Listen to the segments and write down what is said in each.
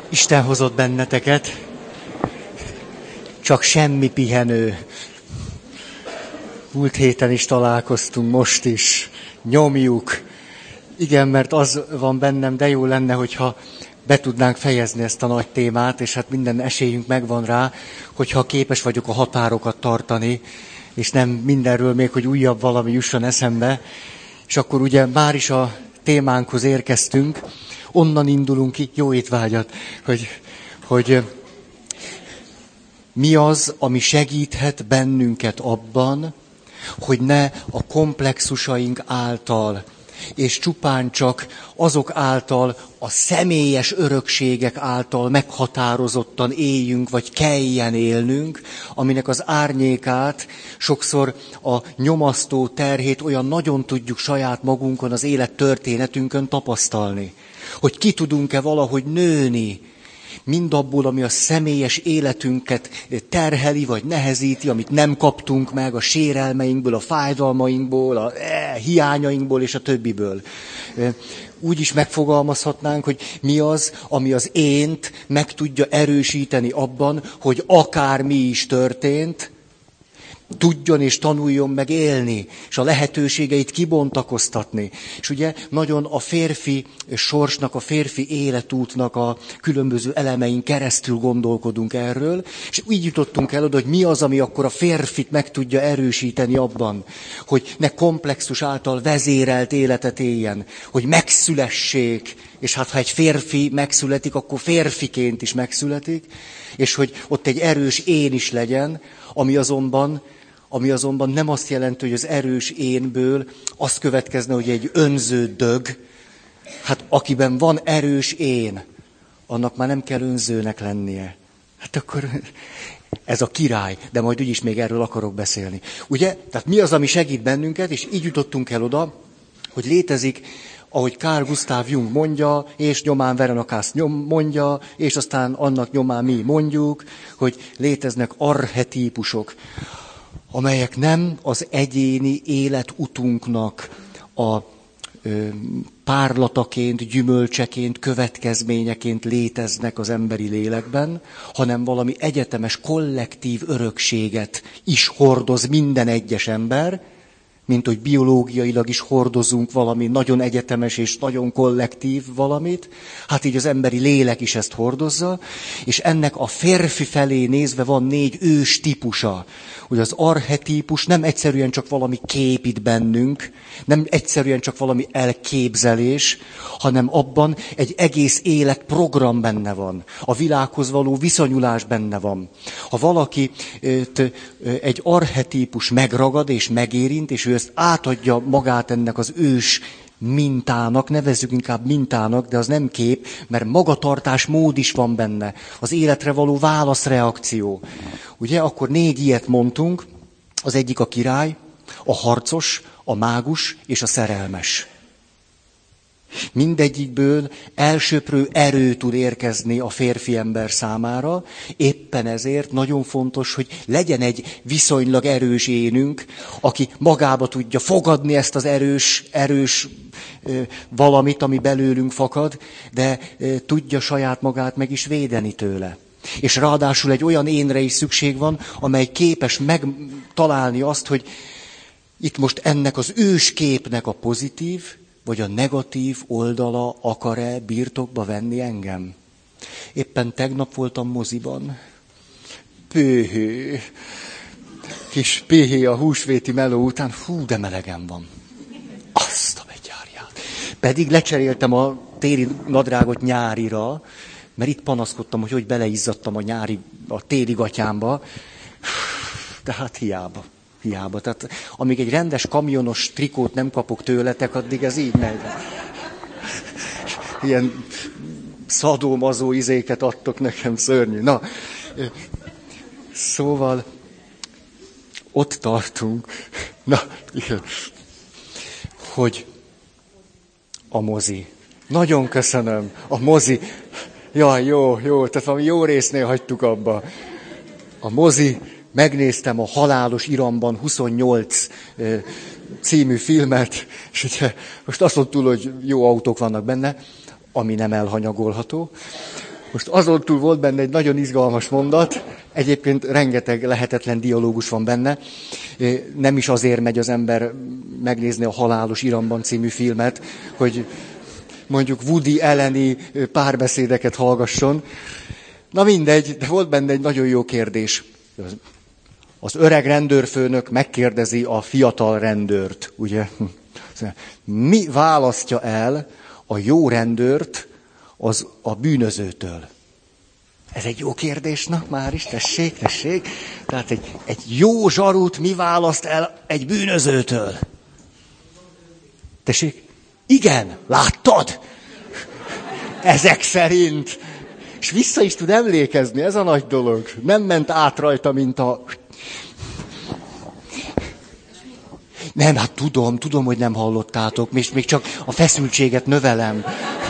Isten hozott benneteket, csak semmi pihenő. Múlt héten is találkoztunk, most is. Nyomjuk. Igen, mert az van bennem, de jó lenne, hogyha be tudnánk fejezni ezt a nagy témát, és hát minden esélyünk megvan rá, hogyha képes vagyok a határokat tartani, és nem mindenről még, hogy újabb valami jusson eszembe. És akkor ugye már is a témánkhoz érkeztünk, onnan indulunk ki, jó étvágyat, hogy mi az, ami segíthet bennünket abban, hogy ne a komplexusaink által, és csupán csak azok által, a személyes örökségek által meghatározottan éljünk, vagy kelljen élnünk, aminek az árnyékát, sokszor a nyomasztó terhét olyan nagyon tudjuk saját magunkon, az élettörténetünkön tapasztalni. Hogy ki tudunk-e valahogy nőni, mindabból, ami a személyes életünket terheli, vagy nehezíti, amit nem kaptunk meg, a sérelmeinkből, a fájdalmainkból, a hiányainkból és a többiből. Úgy is megfogalmazhatnánk, hogy mi az, ami az ént meg tudja erősíteni abban, hogy akármi is történt, tudjon és tanuljon meg élni, és a lehetőségeit kibontakoztatni. És ugye nagyon a férfi sorsnak, a férfi életútnak a különböző elemein keresztül gondolkodunk erről, és így jutottunk el oda, hogy mi az, ami akkor a férfit meg tudja erősíteni abban, hogy ne komplexus által vezérelt életet éljen, hogy megszülessék, és hát ha egy férfi megszületik, akkor férfiként is megszületik, és hogy ott egy erős én is legyen, ami azonban nem azt jelenti, hogy az erős énből az következne, hogy egy önző dög. Hát akiben van erős én, annak már nem kell önzőnek lennie. Hát akkor ez a király, de majd úgyis még erről akarok beszélni. Ugye? Tehát mi az, ami segít bennünket, és így jutottunk el oda, hogy létezik, ahogy Carl Gustav Jung mondja, és nyomán Veronika mondja, és aztán annak nyomán mi mondjuk, hogy léteznek archetípusok, amelyek nem az egyéni életutunknak a párlataként, gyümölcseként, következményeként léteznek az emberi lélekben, hanem valami egyetemes kollektív örökséget is hordoz minden egyes ember, mint hogy biológiailag is hordozunk valami nagyon egyetemes és nagyon kollektív valamit, hát így az emberi lélek is ezt hordozza, és ennek a férfi felé nézve van 4 ős típusa. Ugye az archetípus nem egyszerűen csak valami kép itt bennünk, nem egyszerűen csak valami elképzelés, hanem abban egy egész életprogram benne van. A világhoz való viszonyulás benne van. Ha valaki egy archetípus megragad és megérint, és ő ezt átadja magát ennek az ős mintának, nevezzük inkább mintának, de az nem kép, mert magatartásmód is van benne. Az életre való válaszreakció. Ugye, akkor 4 ilyet mondtunk, az egyik a király, a harcos, a mágus és a szerelmes. Mindegyikből elsöprő erő tud érkezni a férfi ember számára, éppen ezért nagyon fontos, hogy legyen egy viszonylag erős énünk, aki magába tudja fogadni ezt az erős valamit, ami belőlünk fakad, de tudja saját magát meg is védeni tőle. És ráadásul egy olyan énre is szükség van, amely képes megtalálni azt, hogy itt most ennek az ősképnek a pozitív, vagy a negatív oldala akar-e birtokba venni engem? Éppen tegnap voltam moziban. Pöhő. Kis péhé a húsvéti meló után. Hú, de melegen van. Azt a begyárját. Pedig lecseréltem a téli nadrágot nyárira, mert itt panaszkodtam, hogy beleizzadtam a téli gatyámba. De hát hiába. Tehát amíg egy rendes kamionos trikót nem kapok tőletek, addig ez így megy. Ilyen szadómazó izéket adtok nekem, szörnyű. Na, szóval ott tartunk, hogy a mozi. Nagyon köszönöm, a mozi. Jaj, jó, tehát valami jó résznél hagytuk abba. A mozi. Megnéztem a Halálos Iramban 28 című filmet, és most azt mondtuk, hogy jó autók vannak benne, ami nem elhanyagolható. Most azon túl volt benne egy nagyon izgalmas mondat, egyébként rengeteg lehetetlen dialógus van benne. Nem is azért megy az ember megnézni a Halálos Iramban című filmet, hogy mondjuk Woody Alleni párbeszédeket hallgasson. Na mindegy, de volt benne egy nagyon jó kérdés. Az öreg rendőrfőnök megkérdezi a fiatal rendőrt, ugye? Mi választja el a jó rendőrt a bűnözőtől? Ez egy jó kérdés, na már is, tessék. Tehát egy jó zsarút mi választ el egy bűnözőtől? Tessék? Igen, láttad? Ezek szerint. És vissza is tud emlékezni, ez a nagy dolog. Nem ment át rajta, mint a... Nem, hát tudom, hogy nem hallottátok, még csak a feszültséget növelem.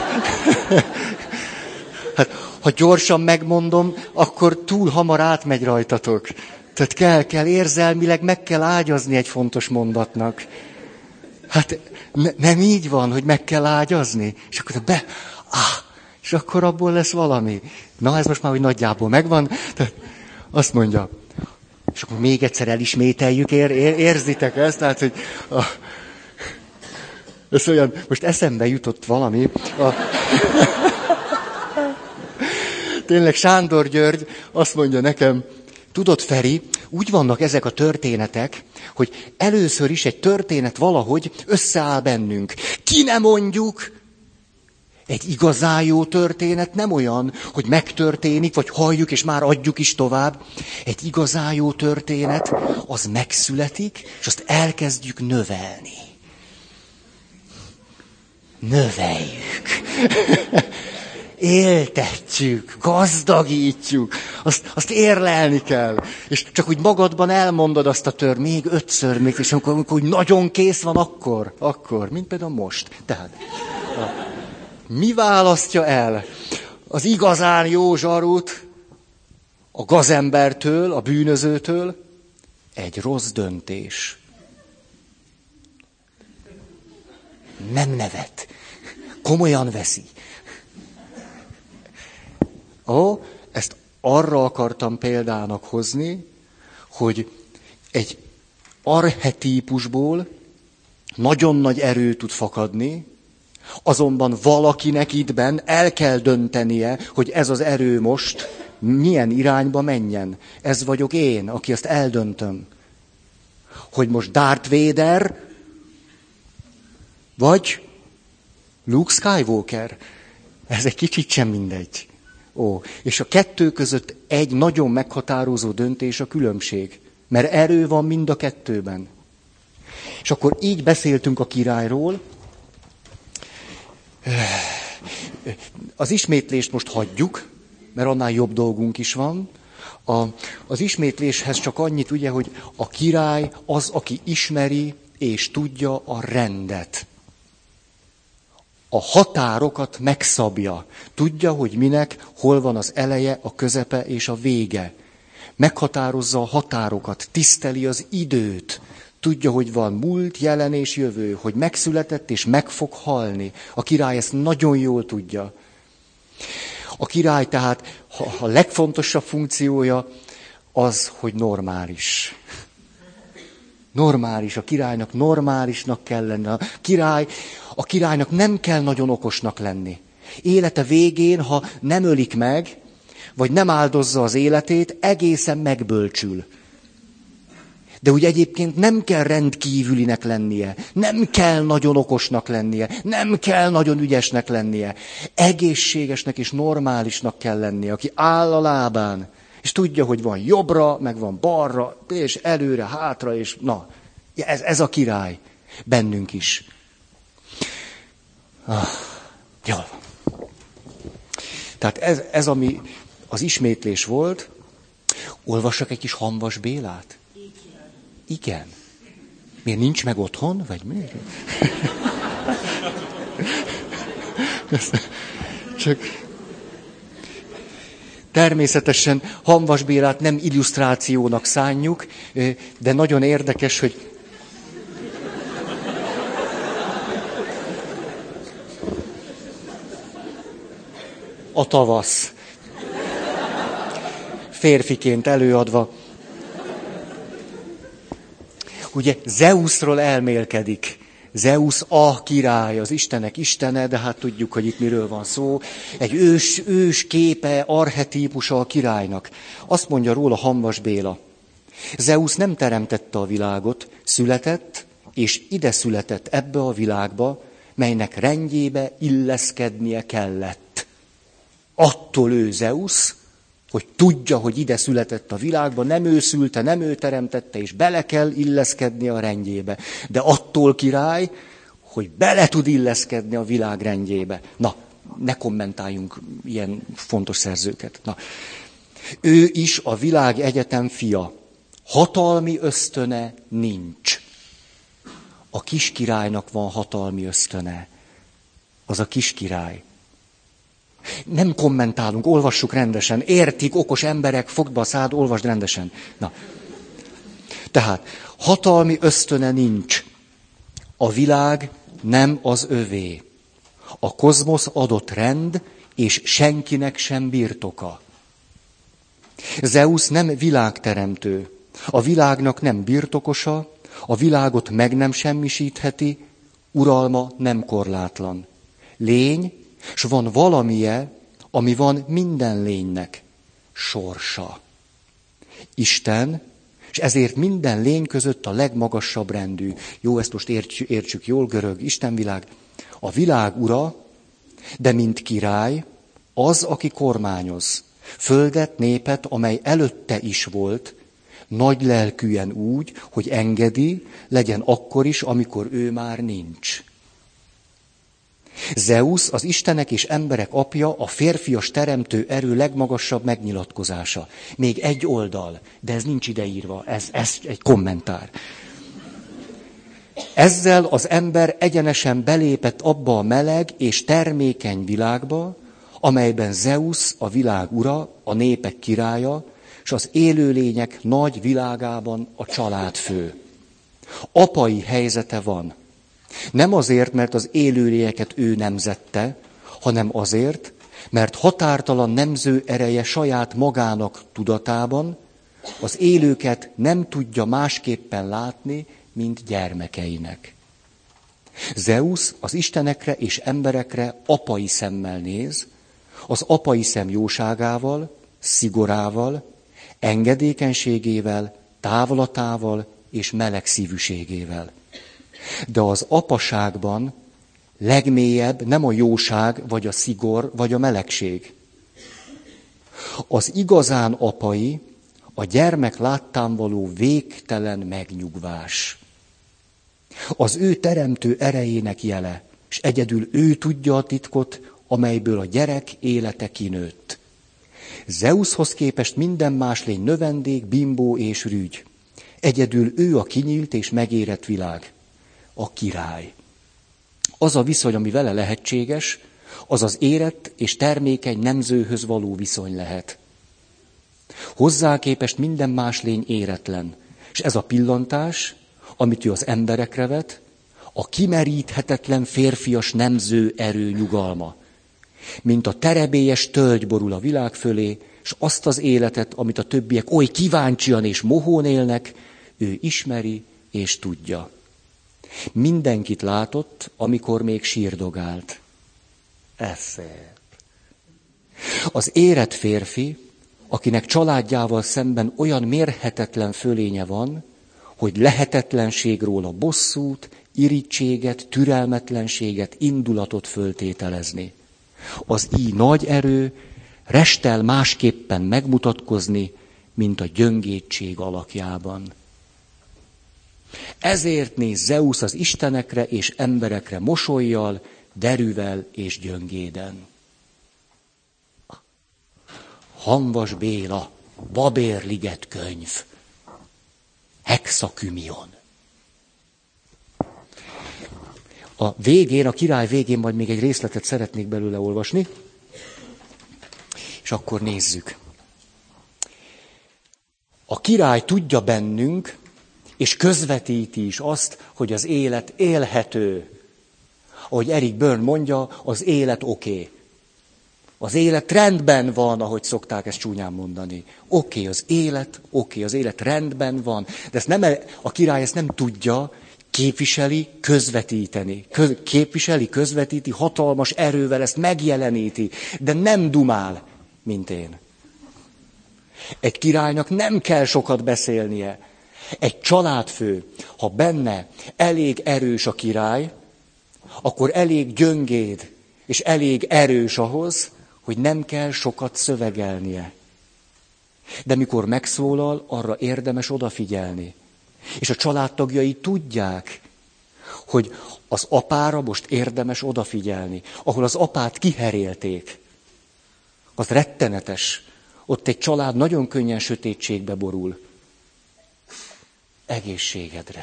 Hát, ha gyorsan megmondom, akkor túl hamar átmegy rajtatok. Tehát kell érzelmileg meg kell ágyazni egy fontos mondatnak. Hát nem így van, hogy meg kell ágyazni. És akkor és akkor abból lesz valami. Na, ez most már úgy nagyjából megvan. Tehát azt mondja, és akkor még egyszer elismételjük, érzitek ezt? Tehát, hogy ez olyan, most eszembe jutott valami. Tényleg Sándor György azt mondja nekem, tudod, Feri, úgy vannak ezek a történetek, hogy először is egy történet valahogy összeáll bennünk. Ki ne mondjuk, egy igazán jó történet nem olyan, hogy megtörténik, vagy halljuk, és már adjuk is tovább. Egy igazán jó történet, az megszületik, és azt elkezdjük növelni. Növeljük. Éltetjük, gazdagítjuk, azt érlelni kell. És csak úgy magadban elmondod azt a még 5-ször, és amikor úgy nagyon kész van, akkor, mint például most. Tehát, mi választja el az igazán jó zsarút a gazembertől, a bűnözőtől? Egy rossz döntés. Nem nevet. Komolyan veszi. Ezt arra akartam példának hozni, hogy egy archetípusból nagyon nagy erő tud fakadni, azonban valakinek ittben el kell döntenie, hogy ez az erő most milyen irányba menjen. Ez vagyok én, aki ezt eldöntöm. Hogy most Darth Vader, vagy Luke Skywalker. Ez egy kicsit sem mindegy. És a kettő között egy nagyon meghatározó döntés a különbség. Mert erő van mind a kettőben. És akkor így beszéltünk a királyról. Az ismétlést most hagyjuk, mert annál jobb dolgunk is van. Az ismétléshez csak annyit, ugye, hogy a király az, aki ismeri és tudja a rendet. A határokat megszabja. Tudja, hogy minek, hol van az eleje, a közepe és a vége. Meghatározza a határokat, tiszteli az időt. Tudja, hogy van múlt, jelen és jövő, hogy megszületett és meg fog halni. A király ezt nagyon jól tudja. A király tehát a legfontosabb funkciója az, hogy normális. Normális, a királynak normálisnak kell lenni. A királynak nem kell nagyon okosnak lenni. Élete végén, ha nem ölik meg, vagy nem áldozza az életét, egészen megbölcsül. De úgy egyébként nem kell rendkívülinek lennie, nem kell nagyon okosnak lennie, nem kell nagyon ügyesnek lennie. Egészségesnek és normálisnak kell lennie, aki áll a lábán, és tudja, hogy van jobbra, meg van balra, és előre, hátra, és na, ez a király. Bennünk is. Jól van. Tehát ez, ami az ismétlés volt. Olvassak egy kis Hamvas Bélát? Igen. Miért nincs meg otthon? Vagy mi? Csak természetesen Hamvas Bélát nem illusztrációnak szánjuk, de nagyon érdekes, hogy a tavasz. férfiként előadva. Ugye Zeusról elmélkedik. Zeus a király, az istenek istene, de hát tudjuk, hogy itt miről van szó. Egy ős képe, archetípusa a királynak. Azt mondja róla Hamvas Béla. Zeus nem teremtette a világot, született, és ide született ebbe a világba, melynek rendjébe illeszkednie kellett. Attól ő Zeus, hogy tudja, hogy ide született a világba, nem ő szülte, nem ő teremtette, és bele kell illeszkedni a rendjébe. De attól király, hogy bele tud illeszkedni a világ rendjébe. Na, ne kommentáljunk ilyen fontos szerzőket. Na, ő is a világegyetem fia. Hatalmi ösztöne nincs. A kiskirálynak van hatalmi ösztöne. Az a kiskirály. Nem kommentálunk, olvassuk rendesen. Értik, okos emberek, fogd be a szád, olvasd rendesen. Na. Tehát, hatalmi ösztöne nincs. A világ nem az övé. A kozmosz adott rend, és senkinek sem birtoka. Zeus nem világteremtő. A világnak nem birtokosa, a világot meg nem semmisítheti, uralma nem korlátlan. Lény, s van valamije, ami van minden lénynek, sorsa. Isten, és ezért minden lény között a legmagasabb rendű. Jó, ezt most értsük jól, görög istenvilág. A világ ura, de mint király, az, aki kormányoz. Földet, népet, amely előtte is volt, nagy lelkűen úgy, hogy engedi, legyen akkor is, amikor ő már nincs. Zeus, az istenek és emberek apja, a férfias teremtő erő legmagasabb megnyilatkozása. Még egy oldal, de ez nincs ideírva, ez egy kommentár. Ezzel az ember egyenesen belépett abba a meleg és termékeny világba, amelyben Zeus a világ ura, a népek királya, és az élőlények nagy világában a családfő. Apai helyzete van. Nem azért, mert az élőlényeket ő nemzette, hanem azért, mert határtalan nemző ereje saját magának tudatában az élőket nem tudja másképpen látni, mint gyermekeinek. Zeus az istenekre és emberekre apai szemmel néz, az apai szem jóságával, szigorával, engedékenységével, távolatával és melegszívűségével. De az apaságban legmélyebb nem a jóság, vagy a szigor, vagy a melegség. Az igazán apai a gyermek láttán való végtelen megnyugvás. Az ő teremtő erejének jele, és egyedül ő tudja a titkot, amelyből a gyerek élete kinőtt. Zeushoz képest minden más lény növendék, bimbó és rügy. Egyedül ő a kinyílt és megérett világ. A király. Az a viszony, ami vele lehetséges, az az érett és termékeny nemzőhöz való viszony lehet. Hozzá képest minden más lény éretlen. És ez a pillantás, amit ő az emberekre vet, a kimeríthetetlen férfias nemző erő nyugalma. Mint a terebélyes tölgy borul a világ fölé, és azt az életet, amit a többiek oly kíváncsian és mohón élnek, ő ismeri és tudja. Mindenkit látott, amikor még sírdogált. Ez szép. Az érett férfi, akinek családjával szemben olyan mérhetetlen fölénye van, hogy lehetetlenség róla bosszút, irítséget, türelmetlenséget, indulatot föltételezni. Az így nagy erő restel másképpen megmutatkozni, mint a gyöngétség alakjában. Ezért néz Zeus az istenekre és emberekre mosollyal, derűvel és gyöngéden. Hamvas Béla, Babérliget könyv, Hexakymion. A végén, a király végén majd még egy részletet szeretnék belőle olvasni, és akkor nézzük. A király tudja bennünk, és közvetíti is azt, hogy az élet élhető. Ahogy Eric Berne mondja, az élet oké. Az élet rendben van, ahogy szokták ezt csúnyán mondani. Oké, az élet rendben van. De ezt nem, a király ezt nem tudja, képviseli, közvetíti, hatalmas erővel ezt megjeleníti, de nem dumál, mint én. Egy királynak nem kell sokat beszélnie. Egy családfő, ha benne elég erős a király, akkor elég gyöngéd és elég erős ahhoz, hogy nem kell sokat szövegelnie. De mikor megszólal, arra érdemes odafigyelni. És a családtagjai tudják, hogy az apára most érdemes odafigyelni. Ahol az apát kiherélték, az rettenetes. Ott egy család nagyon könnyen sötétségbe borul. Egészségedre.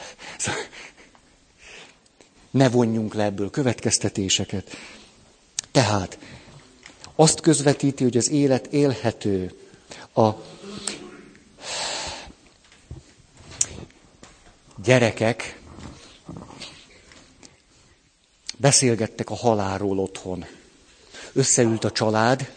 Ne vonjunk le ebből következtetéseket. Tehát azt közvetíti, hogy az élet élhető. A gyerekek beszélgettek a halálról otthon. Összeült a család,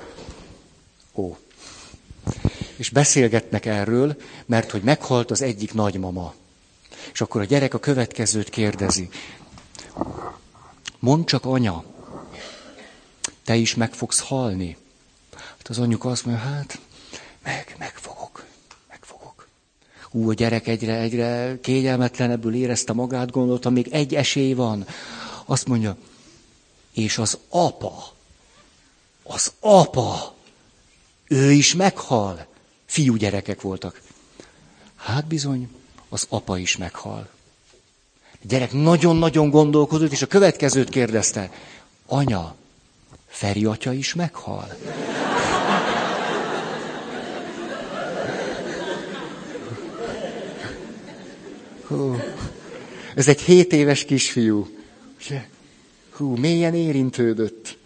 és beszélgetnek erről, mert hogy meghalt az egyik nagymama. És akkor a gyerek a következőt kérdezi. Mondd csak, anya, te is meg fogsz halni? Hát az anyuka azt mondja, meg fogok. A gyerek egyre kényelmetlenebbül érezte magát, gondolta, még egy esély van. Azt mondja, és az apa, ő is meghal. Fiúgyerekek voltak. Hát bizony, az apa is meghal. A gyerek nagyon-nagyon gondolkodott, és a következőt kérdezte. Anya, Feri atya is meghal? Ez egy 7 éves kisfiú. Mélyen érintődött.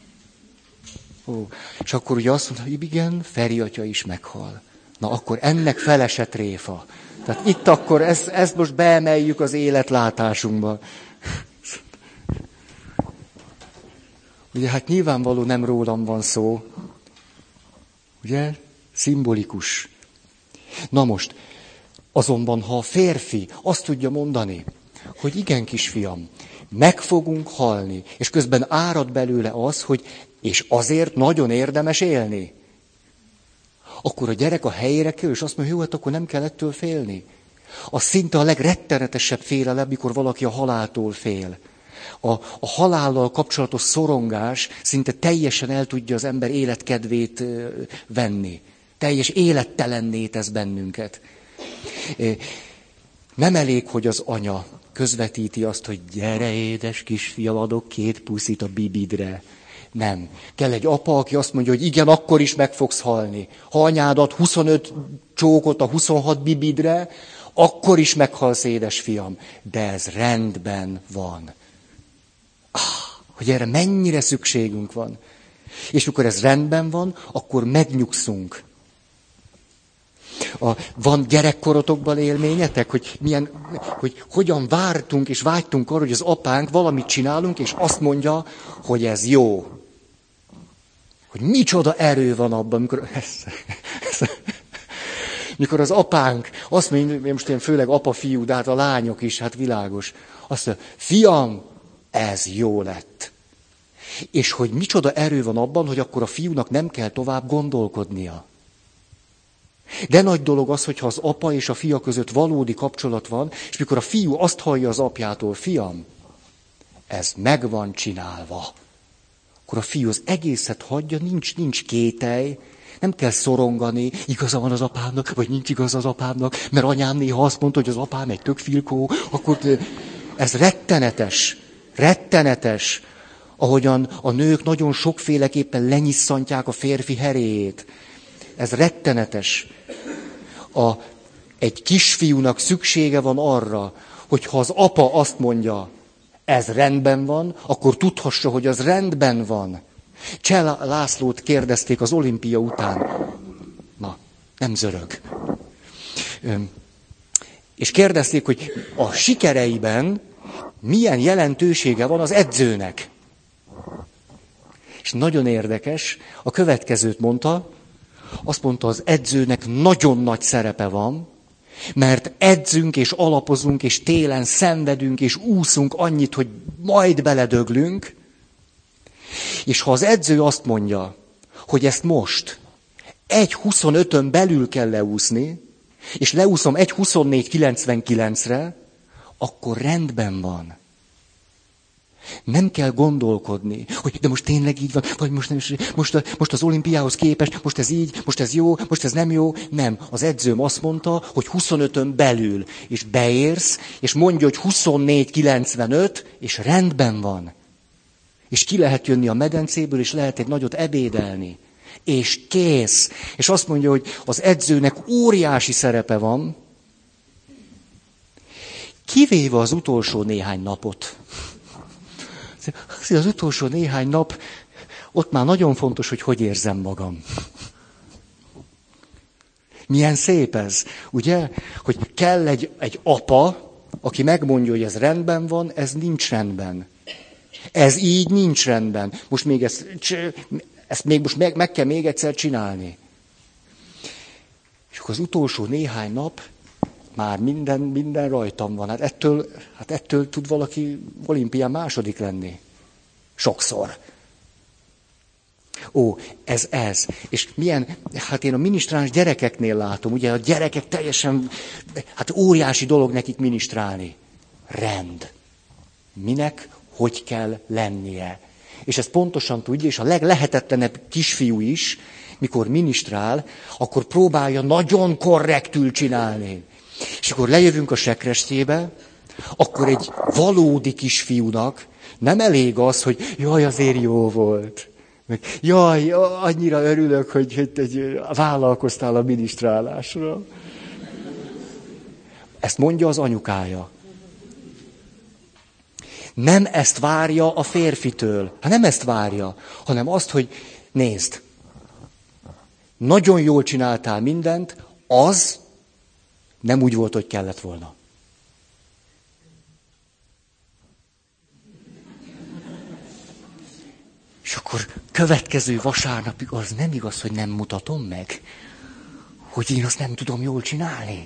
És akkor ugye azt mondta, hogy igen, Feri atya is meghal. Na akkor ennek felesett tréfa. Tehát itt akkor ezt most beemeljük az életlátásunkba. Ugye hát nyilvánvaló nem rólam van szó. Ugye? Szimbolikus. Na most, azonban ha a férfi azt tudja mondani, hogy igen, kisfiam, meg fogunk halni, és közben árad belőle az, hogy és azért nagyon érdemes élni. Akkor a gyerek a helyére kerül, és azt mondja, jó, hát akkor nem kell ettől félni. Az szinte a legrettenetesebb félelem, mikor valaki a haláltól fél. A halállal kapcsolatos szorongás szinte teljesen el tudja az ember életkedvét venni. Teljes élettelenné tesz bennünket. Nem elég, hogy az anya közvetíti azt, hogy gyere, édes kisfiam, adok 2 puszit a bibidre. Nem. Kell egy apa, aki azt mondja, hogy igen, akkor is meg fogsz halni. Ha anyád ad 25 csókot a 26 bibidre, akkor is meghalsz, édesfiam. De ez rendben van. Hogy erre mennyire szükségünk van. És mikor ez rendben van, akkor megnyugszunk. Van gyerekkorotokban élményetek, hogy hogyan vártunk és vágytunk arra, hogy az apánk valamit csinálunk, és azt mondja, hogy ez jó. Hogy micsoda erő van abban, mikor az apánk azt mondja, most én főleg apa-fiú, de hát a lányok is, hát világos. Azt mondja, fiam, ez jó lett. És hogy micsoda erő van abban, hogy akkor a fiúnak nem kell tovább gondolkodnia. De nagy dolog az, hogyha az apa és a fia között valódi kapcsolat van, és mikor a fiú azt hallja az apjától, fiam, ez meg van csinálva. Akkor a fiú az egészet hagyja, nincs kételj, nem kell szorongani, igaza van az apámnak, vagy nincs igaza az apámnak, mert anyám néha azt mondta, hogy az apám egy tök filkó, akkor ez rettenetes, ahogyan a nők nagyon sokféleképpen lenyisszantják a férfi heréjét. Ez rettenetes. Egy kisfiúnak szüksége van arra, hogy ha az apa azt mondja, ez rendben van, akkor tudhassa, hogy az rendben van. Cseh Lászlót kérdezték az olimpia után. Na, nem zörög. És kérdezték, hogy a sikereiben milyen jelentősége van az edzőnek. És nagyon érdekes, a következőt mondta, azt mondta, az edzőnek nagyon nagy szerepe van, mert edzünk és alapozunk, és télen szenvedünk, és úszunk annyit, hogy majd beledöglünk, és ha az edző azt mondja, hogy ezt most 1.25-ön belül kell leúszni, és leúszom 1.24.99-re, akkor rendben van. Nem kell gondolkodni, hogy de most tényleg így van, vagy most, nem, most az olimpiához képest, most ez így, most ez jó, most ez nem jó. Nem, az edzőm azt mondta, hogy 25-ön belül, és beérsz, és mondja, hogy 24.95, és rendben van. És ki lehet jönni a medencéből, és lehet egy nagyot ebédelni. És kész. És azt mondja, hogy az edzőnek óriási szerepe van, kivéve az utolsó néhány napot. Az utolsó néhány nap, ott már nagyon fontos, hogy érzem magam. Milyen szép ez, ugye? Hogy kell egy apa, aki megmondja, hogy ez rendben van, ez nincs rendben. Ez így nincs rendben. Most még ezt még most meg kell még egyszer csinálni. És akkor az utolsó néhány nap már minden rajtam van. Hát ettől tud valaki olimpián második lenni. Sokszor. Ó, ez. És milyen, hát én a minisztráns gyerekeknél látom, ugye a gyerekek teljesen, hát óriási dolog nekik minisztrálni. Rend. Minek, hogy kell lennie. És ezt pontosan tudja, és a leglehetetlenebb kisfiú is, mikor minisztrál, akkor próbálja nagyon korrektül csinálni. És akkor lejövünk a sekrestyébe, akkor egy valódi kisfiúnak nem elég az, hogy jaj, azért jó volt. Meg, jaj, annyira örülök, hogy vállalkoztál a minisztrálásra. Ezt mondja az anyukája. Nem ezt várja a férfitől. Nem ezt várja, hanem azt, hogy nézd, nagyon jól csináltál mindent, az nem úgy volt, hogy kellett volna. És akkor következő vasárnapig az nem igaz, hogy nem mutatom meg, hogy én azt nem tudom jól csinálni.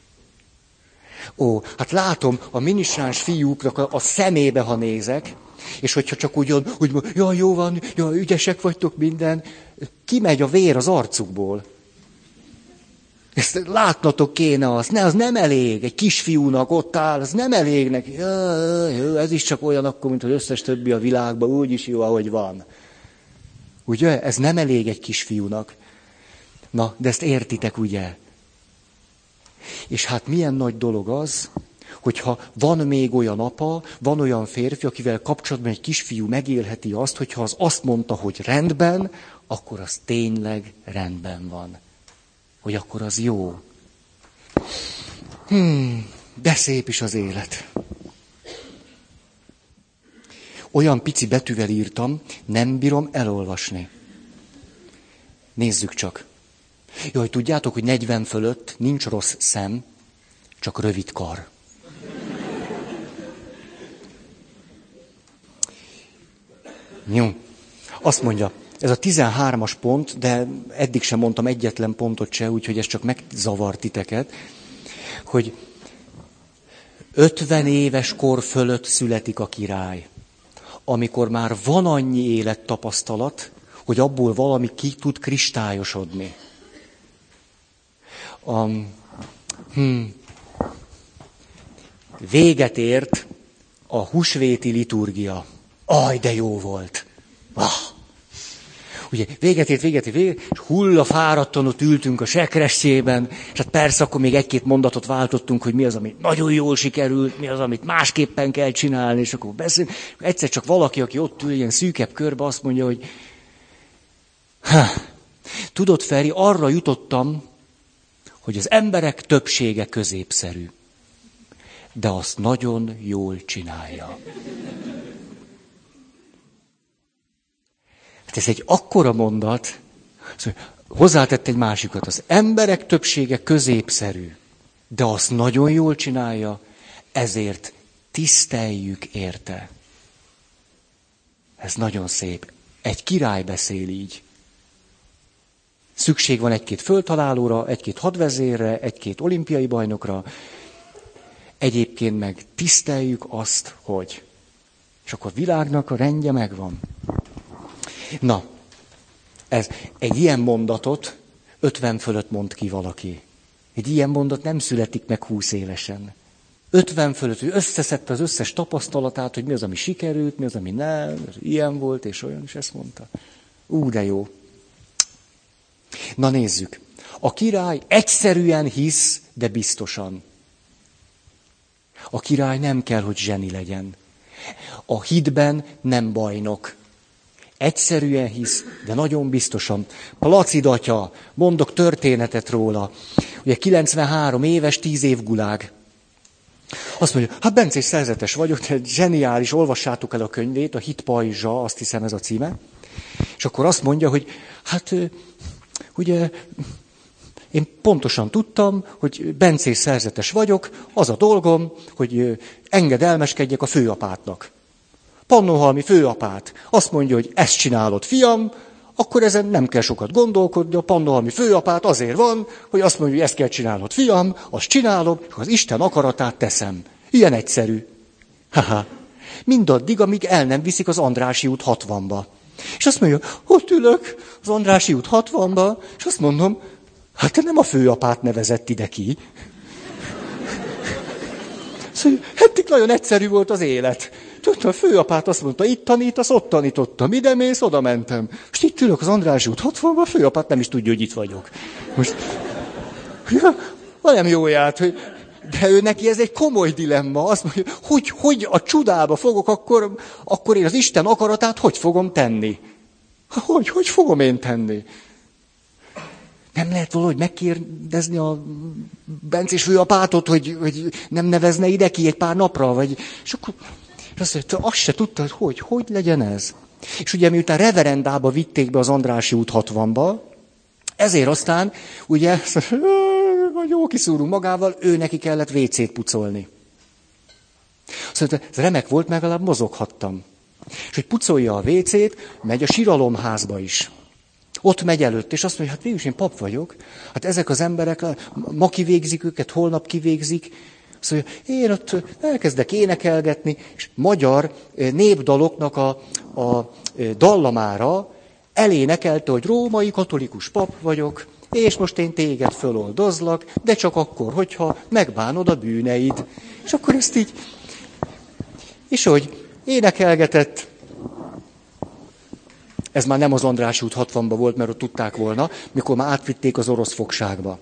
Ó, hát látom a minisztráns fiúknak a szemébe, ha nézek, és hogyha csak úgy jaj, jó van, jaj, ügyesek vagytok minden, kimegy a vér az arcukból. Ezt látnatok kéne azt, az nem elég, egy kisfiúnak ott áll, az nem elég neki. Jó, ez is csak olyan akkor, mint az összes többi a világban, úgyis jó, ahogy van. Ugye? Ez nem elég egy kisfiúnak. Na, de ezt értitek, ugye? És hát milyen nagy dolog az, hogyha van még olyan apa, van olyan férfi, akivel kapcsolatban egy kisfiú megélheti azt, hogyha az azt mondta, hogy rendben, akkor az tényleg rendben van. Hogy akkor az jó. De szép is az élet. Olyan pici betűvel írtam, nem bírom elolvasni. Nézzük csak. Jaj, tudjátok, hogy 40 fölött nincs rossz szem, csak rövid kar. Jó. Azt mondja, ez a 13-as pont, de eddig sem mondtam egyetlen pontot se, úgyhogy ez csak megzavar titeket, hogy 50 éves kor fölött születik a király, amikor már van annyi élettapasztalat, hogy abból valami ki tud kristályosodni. Véget ért a húsvéti liturgia. Aj, de jó volt! Ugye véget ért, és hullafáradtan ott ültünk a sekrestyében, és hát persze akkor még egy-két mondatot váltottunk, hogy mi az, ami nagyon jól sikerült, mi az, amit másképpen kell csinálni, és akkor beszélünk. Egyszer csak valaki, aki ott ül ilyen szűkebb körbe, azt mondja, hogy tudod, Feri, arra jutottam, hogy az emberek többsége középszerű, de azt nagyon jól csinálja. Hát ez egy akkora mondat, hozzátett egy másikat, az emberek többsége középszerű, de azt nagyon jól csinálja, ezért tiszteljük érte. Ez nagyon szép. Egy király beszél így. Szükség van egy-két föltalálóra, egy-két hadvezérre, egy-két olimpiai bajnokra. Egyébként meg tiszteljük azt, hogy... És akkor világnak a rendje megvan. Na, ez egy ilyen mondatot 50 fölött mond ki valaki. Egy ilyen mondat nem születik meg 20 évesen. 50 fölött, hogy összeszedte az összes tapasztalatát, hogy mi az, ami sikerült, mi az, ami nem, ilyen volt, és olyan is ezt mondta. De jó. Na nézzük. A király egyszerűen hisz, de biztosan. A király nem kell, hogy zseni legyen. A hitben nem bajnok. Egyszerűen hisz, de nagyon biztosan. Placid atya, mondok történetet róla. Ugye 93 éves, 10 év gulág. Azt mondja, hát bencés szerzetes vagyok, zseniális, olvassátok el a könyvét, a Hit pajzsa, azt hiszem ez a címe. És akkor azt mondja, hogy hát ugye én pontosan tudtam, hogy bencés szerzetes vagyok, az a dolgom, hogy engedelmeskedjek a főapátnak. Pannonhalmi főapát azt mondja, hogy ezt csinálod, fiam, akkor ezen nem kell sokat gondolkodni, a pannonhalmi főapát azért van, hogy azt mondja, hogy ezt kell csinálnod, fiam, azt csinálom, és az Isten akaratát teszem. Ilyen egyszerű. Haha. Mindaddig, amíg el nem viszik az Andrássy út 60-ba. És azt mondja, ott ülök az Andrássy út 60-ba, és azt mondom, hát te nem a főapát nevezett ide ki. Szóval, eddig nagyon egyszerű volt az élet. Tudtam, a főapát azt mondta, itt tanítasz, ott tanítottam, ide mész, oda mentem. Most itt ülök az Andrássy út 60-ban, a főapát nem is tudja, hogy itt vagyok. Most, ja, nem jó járt, hogy de ő neki ez egy komoly dilemma. Azt mondja, hogy a csudába fogok, akkor én az Isten akaratát hogy fogom tenni? Hogy fogom én tenni? Nem lehet valahogy megkérdezni a bencés főapátot, hogy nem nevezne ide ki egy pár napra, vagy... És akkor azt mondja, azt se tudta, hogy legyen ez. És ugye miután reverendába vitték be az Andrássy út 60-ba, ezért aztán, ugye, jó kiszúrunk magával, ő neki kellett WC-t pucolni. Azt mondta, ez remek volt, mert legalább mozoghattam. És hogy pucolja a WC-t, megy a síralomházba is. Ott megy előtt, és azt mondja, hát végülis én pap vagyok, hát ezek az emberek, ma kivégzik őket, holnap kivégzik. Azt mondja, én ott elkezdek énekelgetni, és magyar népdaloknak a dallamára elénekelte, hogy római katolikus pap vagyok, és most én téged föloldozlak, de csak akkor, hogyha megbánod a bűneid. És akkor ezt így, és hogy énekelgetett, ez már nem az Andrássy út 60-ban volt, mert ott tudták volna, mikor már átvitték az orosz fogságba.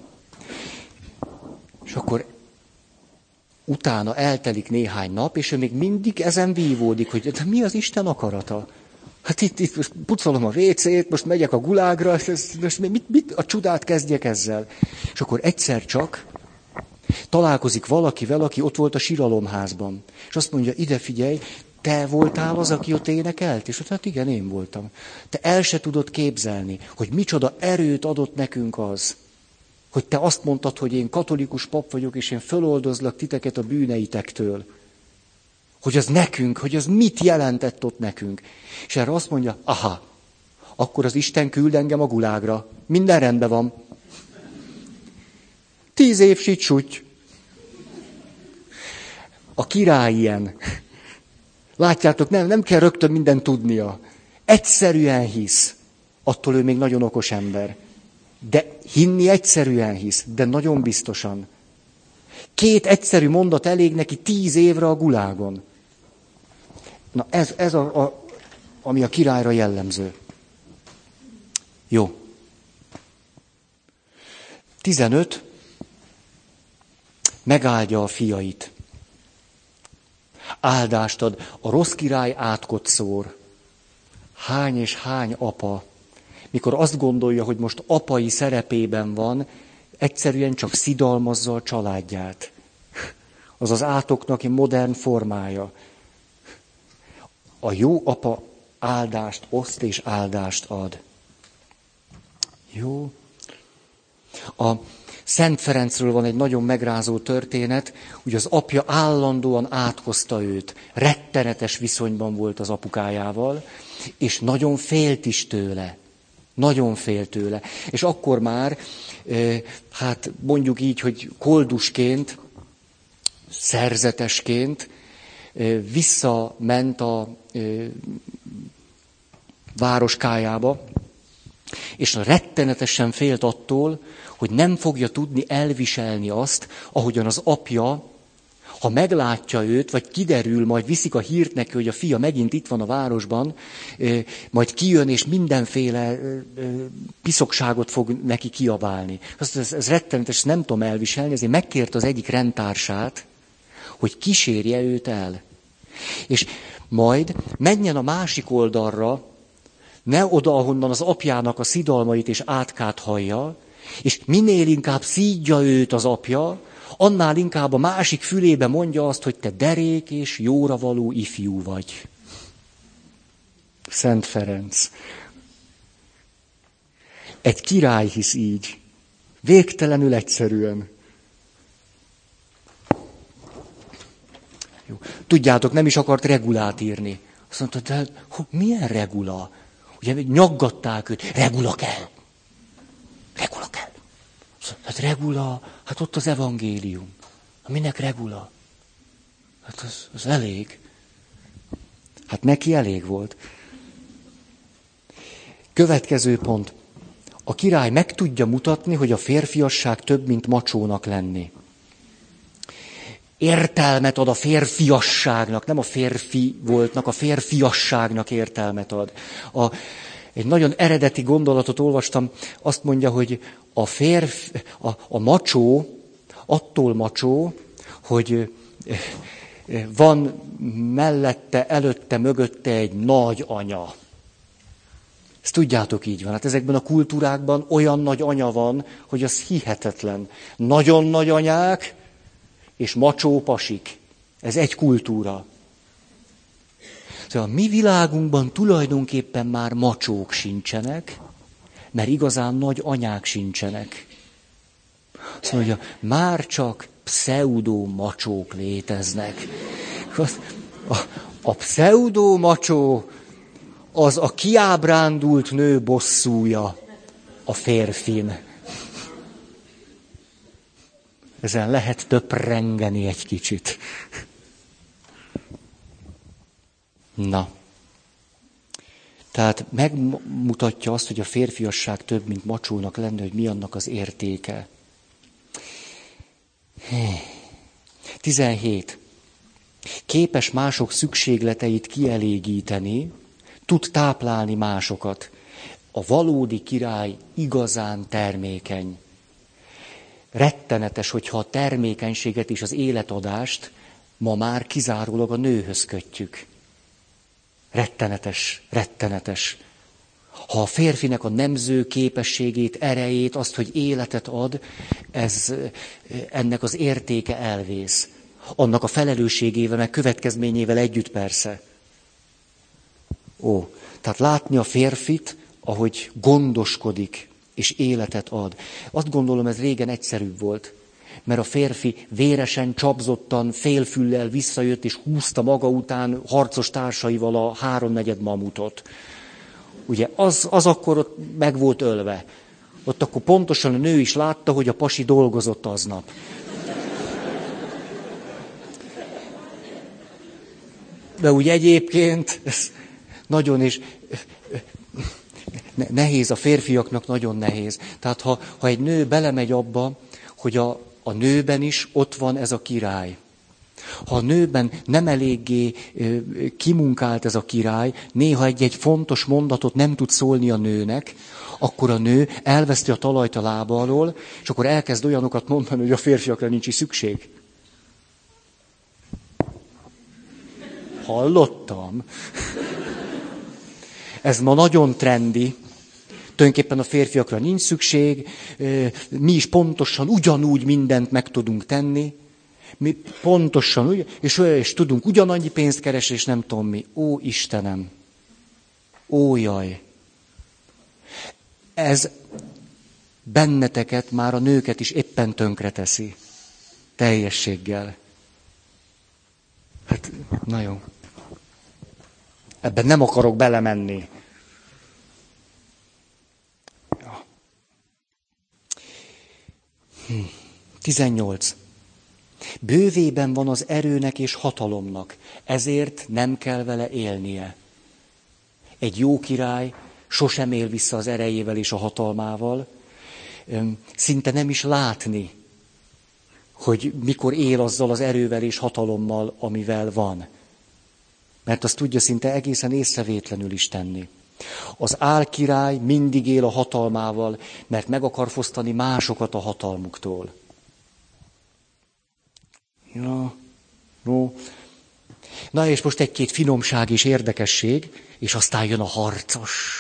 És akkor utána eltelik néhány nap, és ő még mindig ezen vívódik, hogy de mi az Isten akarata? Hát itt most pucolom a WC-t, most megyek a gulágra, most mit a csodát kezdjek ezzel? És akkor egyszer csak találkozik valakivel, aki ott volt a síralomházban. És azt mondja, ide figyelj, te voltál az, aki ott énekelt? És ott, hát igen, én voltam. Te el se tudod képzelni, hogy micsoda erőt adott nekünk az, hogy te azt mondtad, hogy én katolikus pap vagyok, és én föloldozlak titeket a bűneitektől. Hogy az nekünk, hogy az mit jelentett ott nekünk. És erre azt mondja, aha, akkor az Isten küld engem a gulágra. Minden rendben van. 10 év sit-suty. A király ilyen. Látjátok, nem kell rögtön mindent tudnia. Egyszerűen hisz. Attól ő még nagyon okos ember. De hinni egyszerűen hisz, de nagyon biztosan. 2 egyszerű mondat elég neki 10 évre a gulágon. Na ez ami a királyra jellemző. Jó. 15. Megáldja a fiait. Áldást ad. A rossz király átkot szór. Hány és hány apa, mikor azt gondolja, hogy most apai szerepében van, egyszerűen csak szidalmazza a családját. Az az átoknak egy modern formája. A jó apa áldást oszt és áldást ad. Jó. Szent Ferencről van egy nagyon megrázó történet, hogy az apja állandóan átkozta őt. Rettenetes viszonyban volt az apukájával, és nagyon félt is tőle. Nagyon félt tőle. És akkor már, hát mondjuk így, hogy koldusként, szerzetesként visszament a városkájába, és rettenetesen félt attól, hogy nem fogja tudni elviselni azt, ahogyan az apja, ha meglátja őt, vagy kiderül, majd viszik a hírt neki, hogy a fia megint itt van a városban, majd kijön, és mindenféle piszokságot fog neki kiabálni. Ez rettenetes, nem tudom elviselni, ezért megkért az egyik rendtársát, hogy kísérje őt el. És majd menjen a másik oldalra, ne oda, ahonnan az apjának a szidalmait és átkát hallja, és minél inkább szídja őt az apja, annál inkább a másik fülébe mondja azt, hogy te derék és jóra való ifjú vagy. Szent Ferenc. Egy király hisz így. Végtelenül egyszerűen. Jó. Tudjátok, nem is akart regulát írni. Azt mondta, de milyen regula? Ugye nyaggatták őt. Regula kell. Regula kell. Hát regula, hát ott az evangélium. Minek regula? Hát az elég. Hát neki elég volt. Következő pont. A király meg tudja mutatni, hogy a férfiasság több, mint macsónak lenni. Értelmet ad a férfiasságnak, nem a férfi voltnak, a férfiasságnak értelmet ad. Egy nagyon eredeti gondolatot olvastam, azt mondja, hogy a macsó, attól macsó, hogy van mellette, előtte, mögötte egy nagy anya. Ezt tudjátok, így van. Hát ezekben a kultúrákban olyan nagy anya van, hogy az hihetetlen. Nagyon nagy anyák és macsó pasik. Ez egy kultúra. Szóval a mi világunkban tulajdonképpen már macsók sincsenek, mert igazán nagy anyák sincsenek. Azt mondja, már csak pseudo macsók léteznek. A pseudo macsó az a kiábrándult nő bosszúja a férfin. Ezen lehet töprengeni egy kicsit. Na. Tehát megmutatja azt, hogy a férfiasság több, mint macsónak lenne, hogy mi annak az értéke. 17. Képes mások szükségleteit kielégíteni, tud táplálni másokat. A valódi király igazán termékeny. Rettenetes, hogyha a termékenységet és az életadást ma már kizárólag a nőhöz kötjük. Rettenetes, rettenetes. Ha a férfinek a nemző képességét, erejét, azt, hogy életet ad, ennek az értéke elvész. Annak a felelősségével, meg következményével együtt persze. Tehát látni a férfit, ahogy gondoskodik, és életet ad. Azt gondolom, ez régen egyszerűbb volt. Mert a férfi véresen, csapzottan, félfüllel visszajött, és húzta maga után harcos társaival a 3/4 mamutot. Ugye, az akkor ott meg volt ölve. Ott akkor pontosan a nő is látta, hogy a pasi dolgozott aznap. De úgy egyébként, ez nagyon is nehéz, a férfiaknak nagyon nehéz. Tehát ha egy nő belemegy abba, hogy a nőben is ott van ez a király. Ha a nőben nem eléggé kimunkált ez a király, néha egy fontos mondatot nem tud szólni a nőnek, akkor a nő elveszti a talajt a lába alól, és akkor elkezd olyanokat mondani, hogy a férfiakra nincs is szükség. Hallottam. Ez ma nagyon trendi. Tulajdonképpen a férfiakra nincs szükség, mi is pontosan ugyanúgy mindent meg tudunk tenni, mi pontosan úgy, és tudunk ugyanannyi pénzt keresni, és nem tudom mi. Ó, Istenem! Ó, jaj! Ez benneteket már a nőket is éppen tönkreteszi. Teljességgel. Hát, na jó. Ebben nem akarok belemenni. 18. Bővében van az erőnek és hatalomnak, ezért nem kell vele élnie. Egy jó király sosem él vissza az erejével és a hatalmával, szinte nem is látni, hogy mikor él azzal az erővel és hatalommal, amivel van. Mert azt tudja szinte egészen észrevétlenül is tenni. Az álkirály mindig él a hatalmával, mert meg akar fosztani másokat a hatalmuktól. Ja, no. Na és most egy-két finomság és érdekesség, és aztán jön a harcos.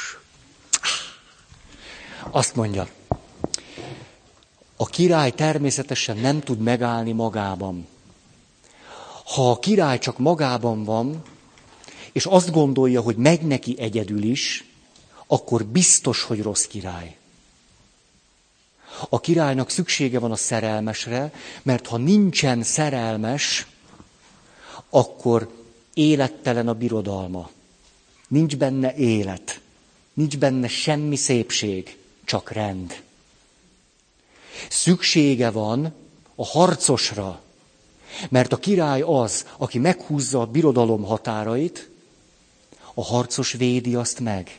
Azt mondja, a király természetesen nem tud megállni magában. Ha a király csak magában van, és azt gondolja, hogy megy neki egyedül is, akkor biztos, hogy rossz király. A királynak szüksége van a szerelmesre, mert ha nincsen szerelmes, akkor élettelen a birodalma. Nincs benne élet, nincs benne semmi szépség, csak rend. Szüksége van a harcosra, mert a király az, aki meghúzza a birodalom határait, a harcos védi azt meg.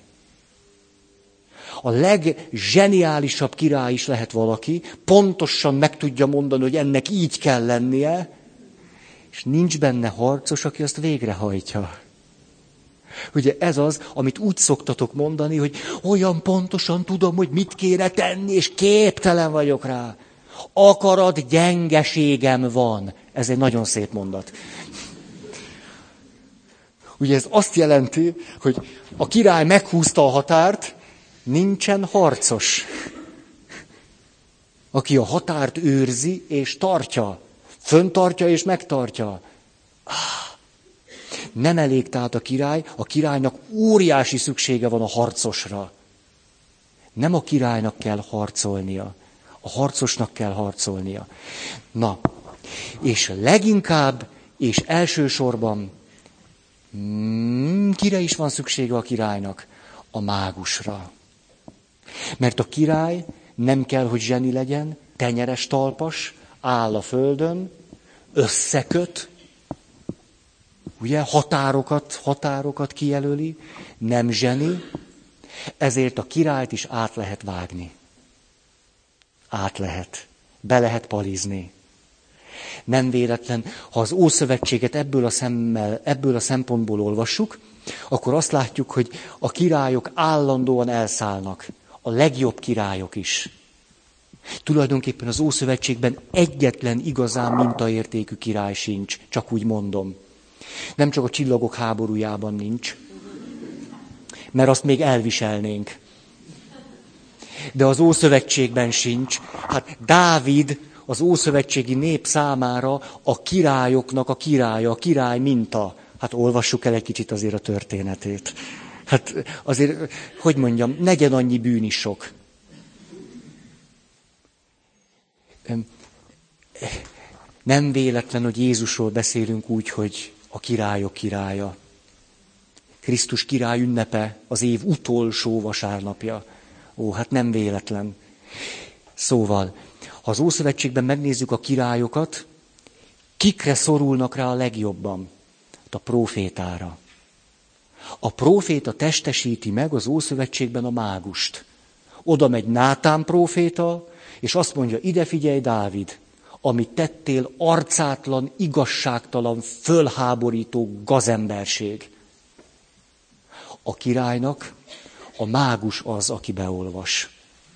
A leggeniálisabb király is lehet valaki, pontosan meg tudja mondani, hogy ennek így kell lennie, és nincs benne harcos, aki azt végrehajtja. Ugye ez az, amit úgy szoktatok mondani, hogy olyan pontosan tudom, hogy mit kéne tenni, és képtelen vagyok rá. Akarat gyengeségem van. Ez egy nagyon szép mondat. Ugye ez azt jelenti, hogy a király meghúzta a határt, nincsen harcos, aki a határt őrzi és tartja, föntartja és megtartja. Nem elég tehát a királynak óriási szüksége van a harcosra. Nem a királynak kell harcolnia, a harcosnak kell harcolnia. Na, és leginkább és elsősorban kire is van szüksége a királynak? A mágusra. Mert a király nem kell, hogy zseni legyen, tenyeres talpas, áll a földön, összeköt, ugye, határokat kijelöli, nem zseni, ezért a királyt is át lehet vágni. Át lehet. Be lehet palizni. Nem véletlen, ha az Ószövetséget ebből a szempontból olvassuk, akkor azt látjuk, hogy a királyok állandóan elszállnak. A legjobb királyok is. Tulajdonképpen az Ószövetségben egyetlen igazán mintaértékű király sincs, csak úgy mondom. Nem csak a Csillagok háborújában nincs, mert azt még elviselnénk. De az Ószövetségben sincs. Hát Dávid az ószövetségi nép számára a királyoknak a királya, a király minta. Hát olvassuk el egy kicsit azért a történetét. Hát azért, hogy mondjam, negyen annyi bűn is sok. Nem véletlen, hogy Jézusról beszélünk úgy, hogy a királyok királya. Krisztus király ünnepe az év utolsó vasárnapja. Ó, hát nem véletlen. Szóval, ha az Ószövetségben megnézzük a királyokat, kikre szorulnak rá a legjobban? A prófétára. A próféta testesíti meg az Ószövetségben a mágust. Oda megy Nátán próféta, és azt mondja, ide figyelj, Dávid, amit tettél, arcátlan, igazságtalan, fölháborító gazemberség. A királynak a mágus az, aki beolvas.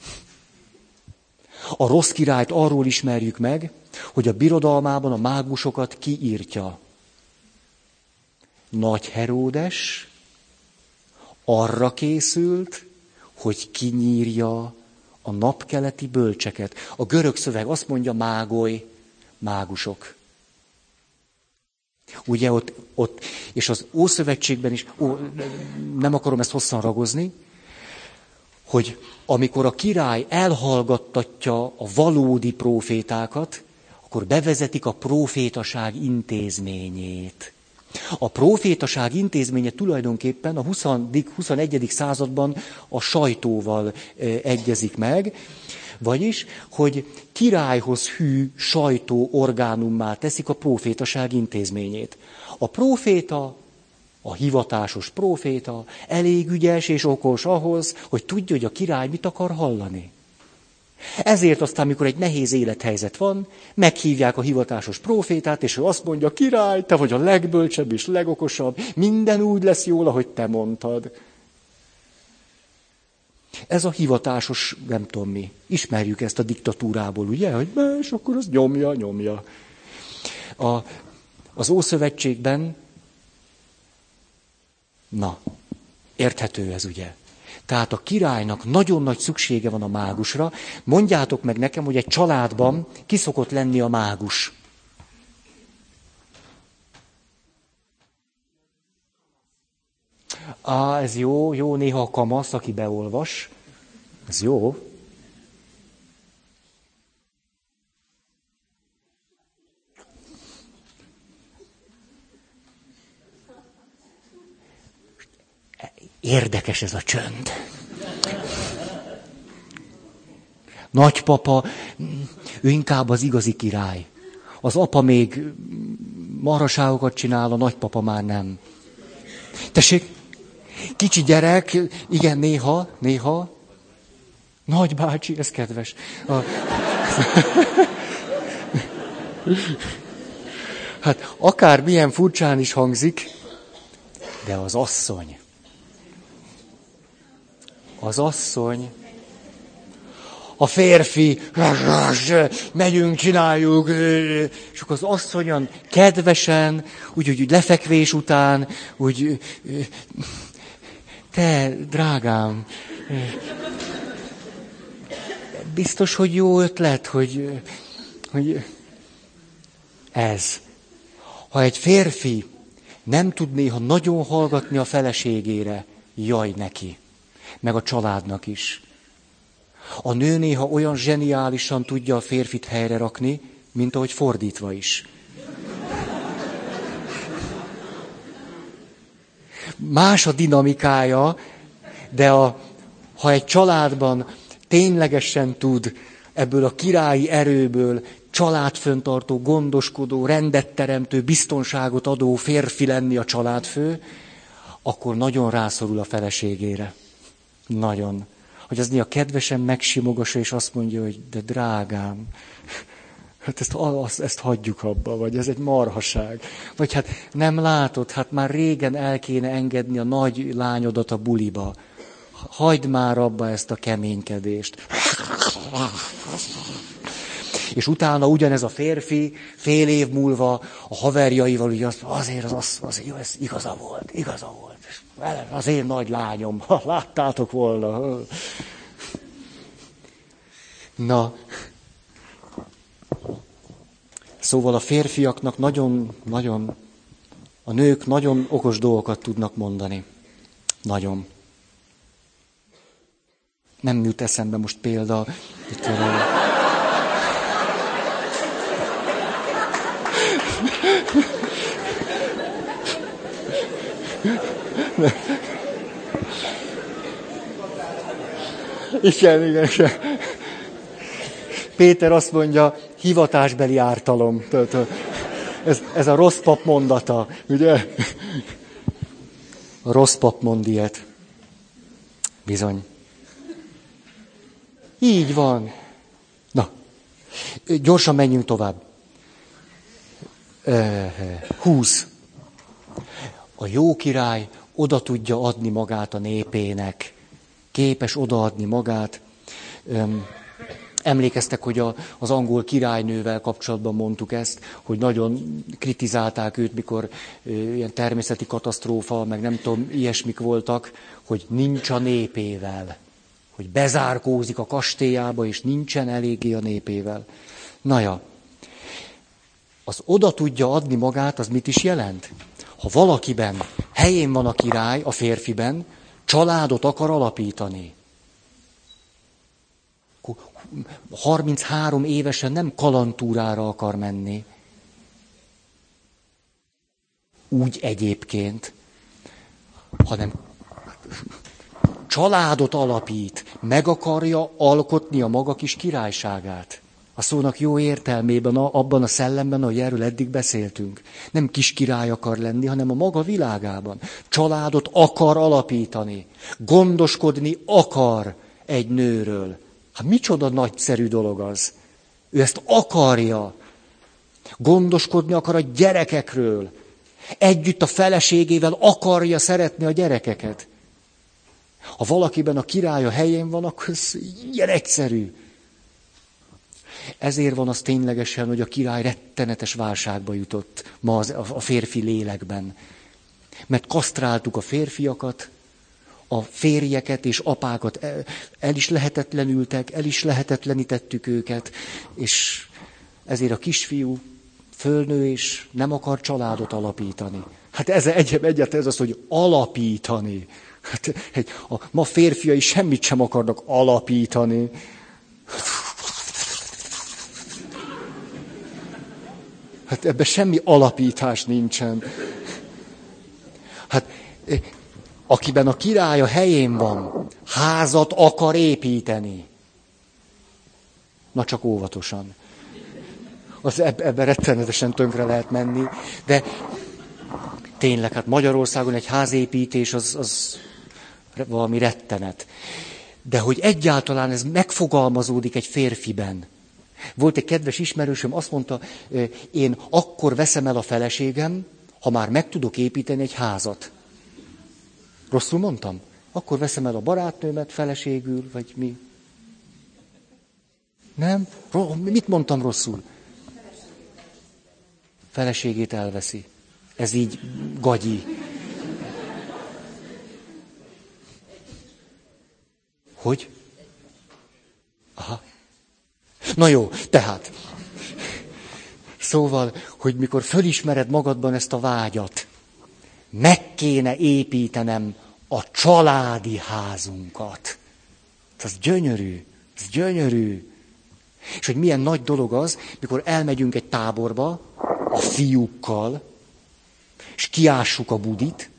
A rossz királyt arról ismerjük meg, hogy a birodalmában a mágusokat kiírtja. Nagy Heródes arra készült, hogy kinyírja a napkeleti bölcseket. A görög szöveg azt mondja mágoly, mágusok. Ugye ott és az Ószövetségben is, nem akarom ezt hosszan ragozni, hogy amikor a király elhallgattatja a valódi prófétákat, akkor bevezetik a prófétaság intézményét. A prófétaság intézménye tulajdonképpen a 21. században a sajtóval egyezik meg, vagyis, hogy királyhoz hű sajtóorgánummá teszik a prófétaság intézményét. A próféta, a hivatásos próféta elég ügyes és okos ahhoz, hogy tudja, hogy a király mit akar hallani. Ezért aztán, mikor egy nehéz élethelyzet van, meghívják a hivatásos prófétát, és ő azt mondja, király, te vagy a legbölcsebb és legokosabb, minden úgy lesz jól, ahogy te mondtad. Ez a hivatásos, nem tudom mi. Ismerjük ezt a diktatúrából, ugye? Hogy és akkor az nyomja. Az Ószövetségben, érthető ez, ugye? Tehát a királynak nagyon nagy szüksége van a mágusra. Mondjátok meg nekem, hogy egy családban ki szokott lenni a mágus. Ez jó, néha a kamasz, aki beolvas. Ez jó. Érdekes ez a csönd. Nagypapa, ő inkább az igazi király. Az apa még marhaságokat csinál, a nagypapa már nem. Tessék, kicsi gyerek, igen, néha. Nagybácsi, ez kedves. Hát akár milyen furcsán is hangzik, de az asszony, a férfi, megyünk, csináljuk, és akkor az asszony olyan kedvesen, úgy lefekvés után, úgy, te, drágám, biztos, hogy jó ötlet, hogy ez. Ha egy férfi nem tud néha nagyon hallgatni a feleségére, jaj neki, meg a családnak is. A nő néha olyan zseniálisan tudja a férfit helyre rakni, mint ahogy fordítva is. Más a dinamikája, de ha egy családban ténylegesen tud ebből a királyi erőből családföntartó, gondoskodó, rendet teremtő, biztonságot adó férfi lenni a családfő, akkor nagyon rászorul a feleségére. Nagyon. Hogy az néha kedvesen megsimogassa, és azt mondja, hogy de drágám, hát ezt hagyjuk abba, vagy ez egy marhaság. Vagy hát nem látod, hát már régen el kéne engedni a nagy lányodat a buliba. Hagyd már abba ezt a keménykedést. És utána ugyanez a férfi fél év múlva a haverjaival ugye azért jó, ez igaza volt. Az én nagy lányom, ha láttátok volna. Na, szóval a férfiaknak nagyon, a nők nagyon okos dolgokat tudnak mondani. Nagyon. Nem jut eszembe most példa. Igen. Péter azt mondja, hivatásbeli ártalom. Ez a rossz pap mondata, ugye? A rossz pap mond ilyet. Bizony. Így van. Na, gyorsan menjünk tovább. 20. A jó király oda tudja adni magát a népének. Képes odaadni magát. Emlékeztek, hogy az angol királynővel kapcsolatban mondtuk ezt, hogy nagyon kritizálták őt, mikor ilyen természeti katasztrófa, meg nem tudom, ilyesmik voltak, hogy nincs a népével. Hogy bezárkózik a kastélyába, és nincsen eléggé a népével. Naja, az oda tudja adni magát, az mit is jelent? Ha valakiben helyén van a király, a férfiben, családot akar alapítani. 33 évesen nem kalantúrára akar menni. Úgy egyébként, hanem családot alapít, meg akarja alkotni a maga kis királyságát. A szónak jó értelmében, abban a szellemben, ahogy erről eddig beszéltünk. Nem kis király akar lenni, hanem a maga világában. Családot akar alapítani. Gondoskodni akar egy nőről. Hát micsoda nagyszerű dolog az. Ő ezt akarja. Gondoskodni akar a gyerekekről. Együtt a feleségével akarja szeretni a gyerekeket. Ha valakiben a király a helyén van, akkor ez ilyen egyszerű. Ezért van az ténylegesen, hogy a király rettenetes válságba jutott ma a férfi lélekben. Mert kasztráltuk a férfiakat, a férjeket és apákat el is lehetetlenültek, el is lehetetlenítettük őket, és ezért a kisfiú fölnő és nem akar családot alapítani. Hát egyet ez az, hogy alapítani. Hát, a ma férfiai semmit sem akarnak alapítani. Hát ebben semmi alapítás nincsen. Hát akiben a király a helyén van, házat akar építeni. Na csak óvatosan. Ebben rettenetesen tönkre lehet menni. De tényleg, hát Magyarországon egy házépítés az valami rettenet. De hogy egyáltalán ez megfogalmazódik egy férfiben. Volt egy kedves ismerősöm, azt mondta, én akkor veszem el a feleségem, ha már meg tudok építeni egy házat. Rosszul mondtam? Akkor veszem el a barátnőmet feleségül, vagy mi? Nem? Mit mondtam rosszul? Feleségét elveszi. Ez így gagyi. Hogy? Aha. Na jó, tehát. Szóval, hogy mikor fölismered magadban ezt a vágyat, meg kéne építenem a családi házunkat. Ez gyönyörű, ez gyönyörű. És hogy milyen nagy dolog az, mikor elmegyünk egy táborba a fiúkkal, és kiássuk a budit.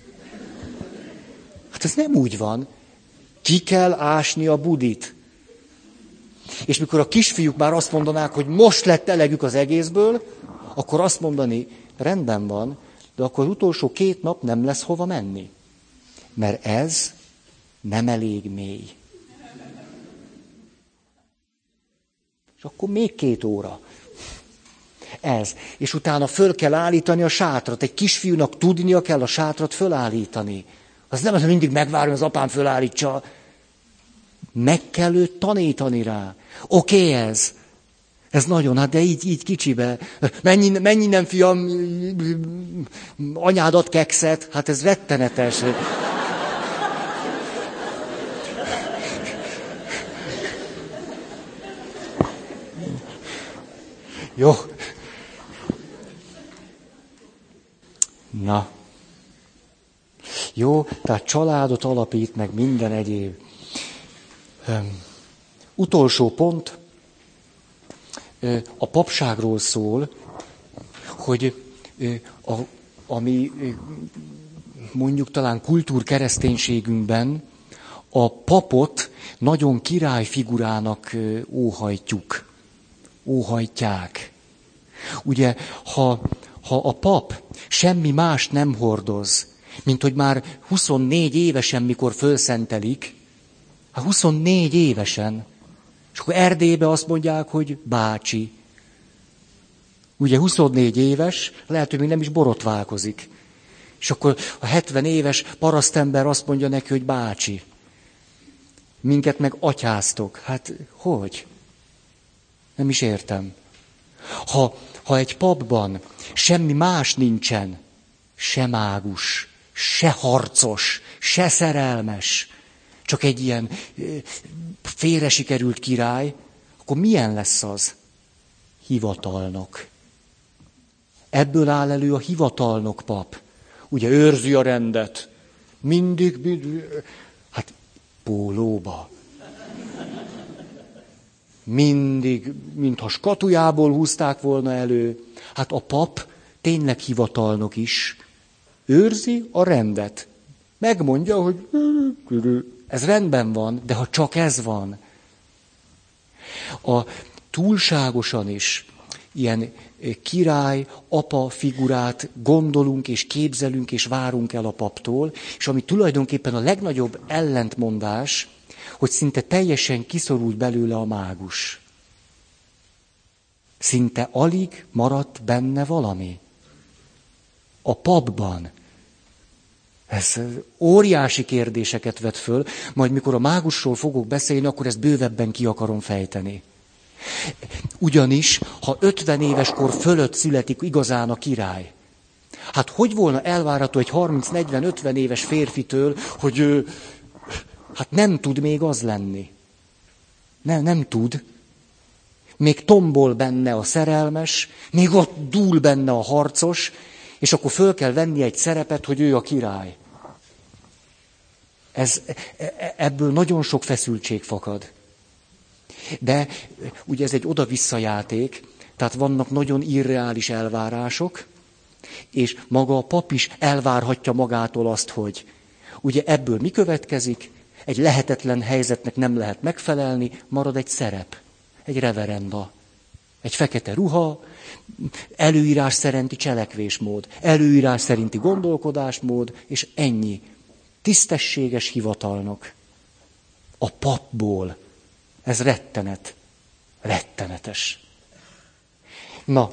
Hát ez nem úgy van. Ki kell ásni a budit. És mikor a kisfiúk már azt mondanák, hogy most lett elegük az egészből, akkor azt mondani, rendben van, de akkor az utolsó 2 nap nem lesz hova menni. Mert ez nem elég mély. És akkor még 2 óra. Ez. És utána föl kell állítani a sátrat. Egy kisfiúnak tudnia kell a sátrat fölállítani. Az nem az, hogy mindig megvárom, az apám fölállítsa. Meg kell őt tanítani rá. Oké, ez. Ez nagyon, hát de így kicsibe. Menj innen, fiam, anyádat kekszet. Hát ez rettenetes. Jó. Na. Jó, tehát családot alapít meg minden egyéb. Utolsó pont, a papságról szól, hogy ami mondjuk talán kultúrkereszténységünkben a papot nagyon királyfigurának óhajtják. Ugye, ha a pap semmi mást nem hordoz, mint hogy már 24 évesen, mikor fölszentelik, 24 évesen, és akkor Erdélybe azt mondják, hogy bácsi. Ugye 24 éves, lehet, hogy még nem is borotválkozik. És akkor a 70 éves parasztember azt mondja neki, hogy bácsi. Minket meg atyáztok. Hát hogy? Nem is értem. Ha egy papban semmi más nincsen, se mágus, se harcos, se szerelmes, csak egy ilyen félre sikerült király, akkor milyen lesz az? Hivatalnok. Ebből áll elő a hivatalnok pap. Ugye őrzi a rendet. Mindig, hát pólóba. mindig, mintha skatujából húzták volna elő. Hát a pap tényleg hivatalnok is. Őrzi a rendet. Megmondja, hogy ez rendben van, de ha csak ez van. A túlságosan is ilyen király, apa figurát gondolunk és képzelünk és várunk el a paptól, és ami tulajdonképpen a legnagyobb ellentmondás, hogy szinte teljesen kiszorult belőle a mágus. Szinte alig maradt benne valami. A papban. Ez óriási kérdéseket vet föl, majd mikor a mágusról fogok beszélni, akkor ezt bővebben ki akarom fejteni. Ugyanis, ha 50 éves kor fölött születik igazán a király, hát hogy volna elvárható egy 30-40-50 éves férfitől, hogy ő hát nem tud még az lenni. Nem tud. Még tombol benne a szerelmes, még ott dúl benne a harcos, és akkor föl kell venni egy szerepet, hogy ő a király. Ebből nagyon sok feszültség fakad. De ugye ez egy oda-vissza játék, tehát vannak nagyon irreális elvárások, és maga a pap is elvárhatja magától azt, hogy ugye ebből mi következik? Egy lehetetlen helyzetnek nem lehet megfelelni, marad egy szerep, egy reverenda, egy fekete ruha, előírás szerinti cselekvésmód, előírás szerinti gondolkodásmód, és ennyi. Tisztességes hivatalnok. A papból. Ez rettenet. Rettenetes. Na,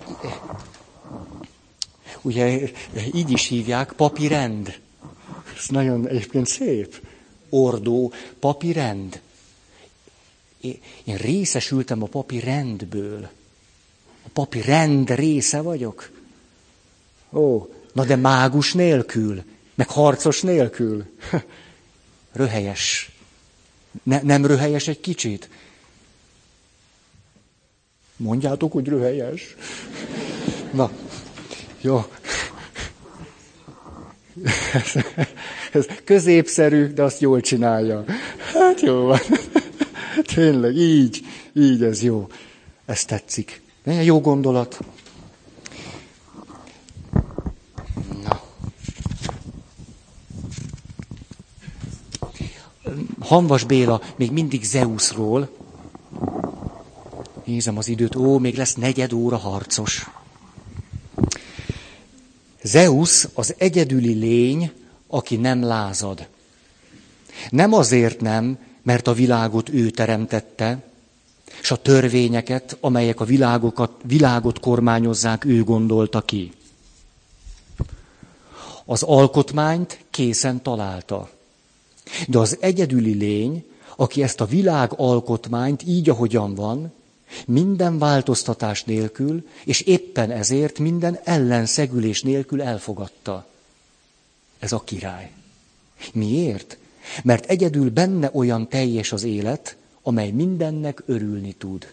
ugye így is hívják, papi rend. Ez nagyon egyébként szép. Ordó, papi rend. Én részesültem a papi rendből. A papi rend része vagyok. Ó, na de mágus nélkül, meg harcos nélkül. Röhelyes. Nem röhelyes egy kicsit? Mondjátok, hogy röhelyes. Na, jó. Ez középszerű, de azt jól csinálja. Hát jó van. Tényleg, így ez jó. Ez tetszik. Jó gondolat. Na. Hamvas Béla még mindig Zeuszról. Nézem az időt. Még lesz 4 óra harcos. Zeusz az egyedüli lény, aki nem lázad. Nem azért nem, mert a világot ő teremtette, és a törvényeket, amelyek a világot kormányozzák, ő gondolta ki. Az alkotmányt készen találta. De az egyedüli lény, aki ezt a világ alkotmányt így, ahogyan van, minden változtatás nélkül, és éppen ezért minden ellenszegülés nélkül elfogadta. Ez a király. Miért? Mert egyedül benne olyan teljes az élet, amely mindennek örülni tud.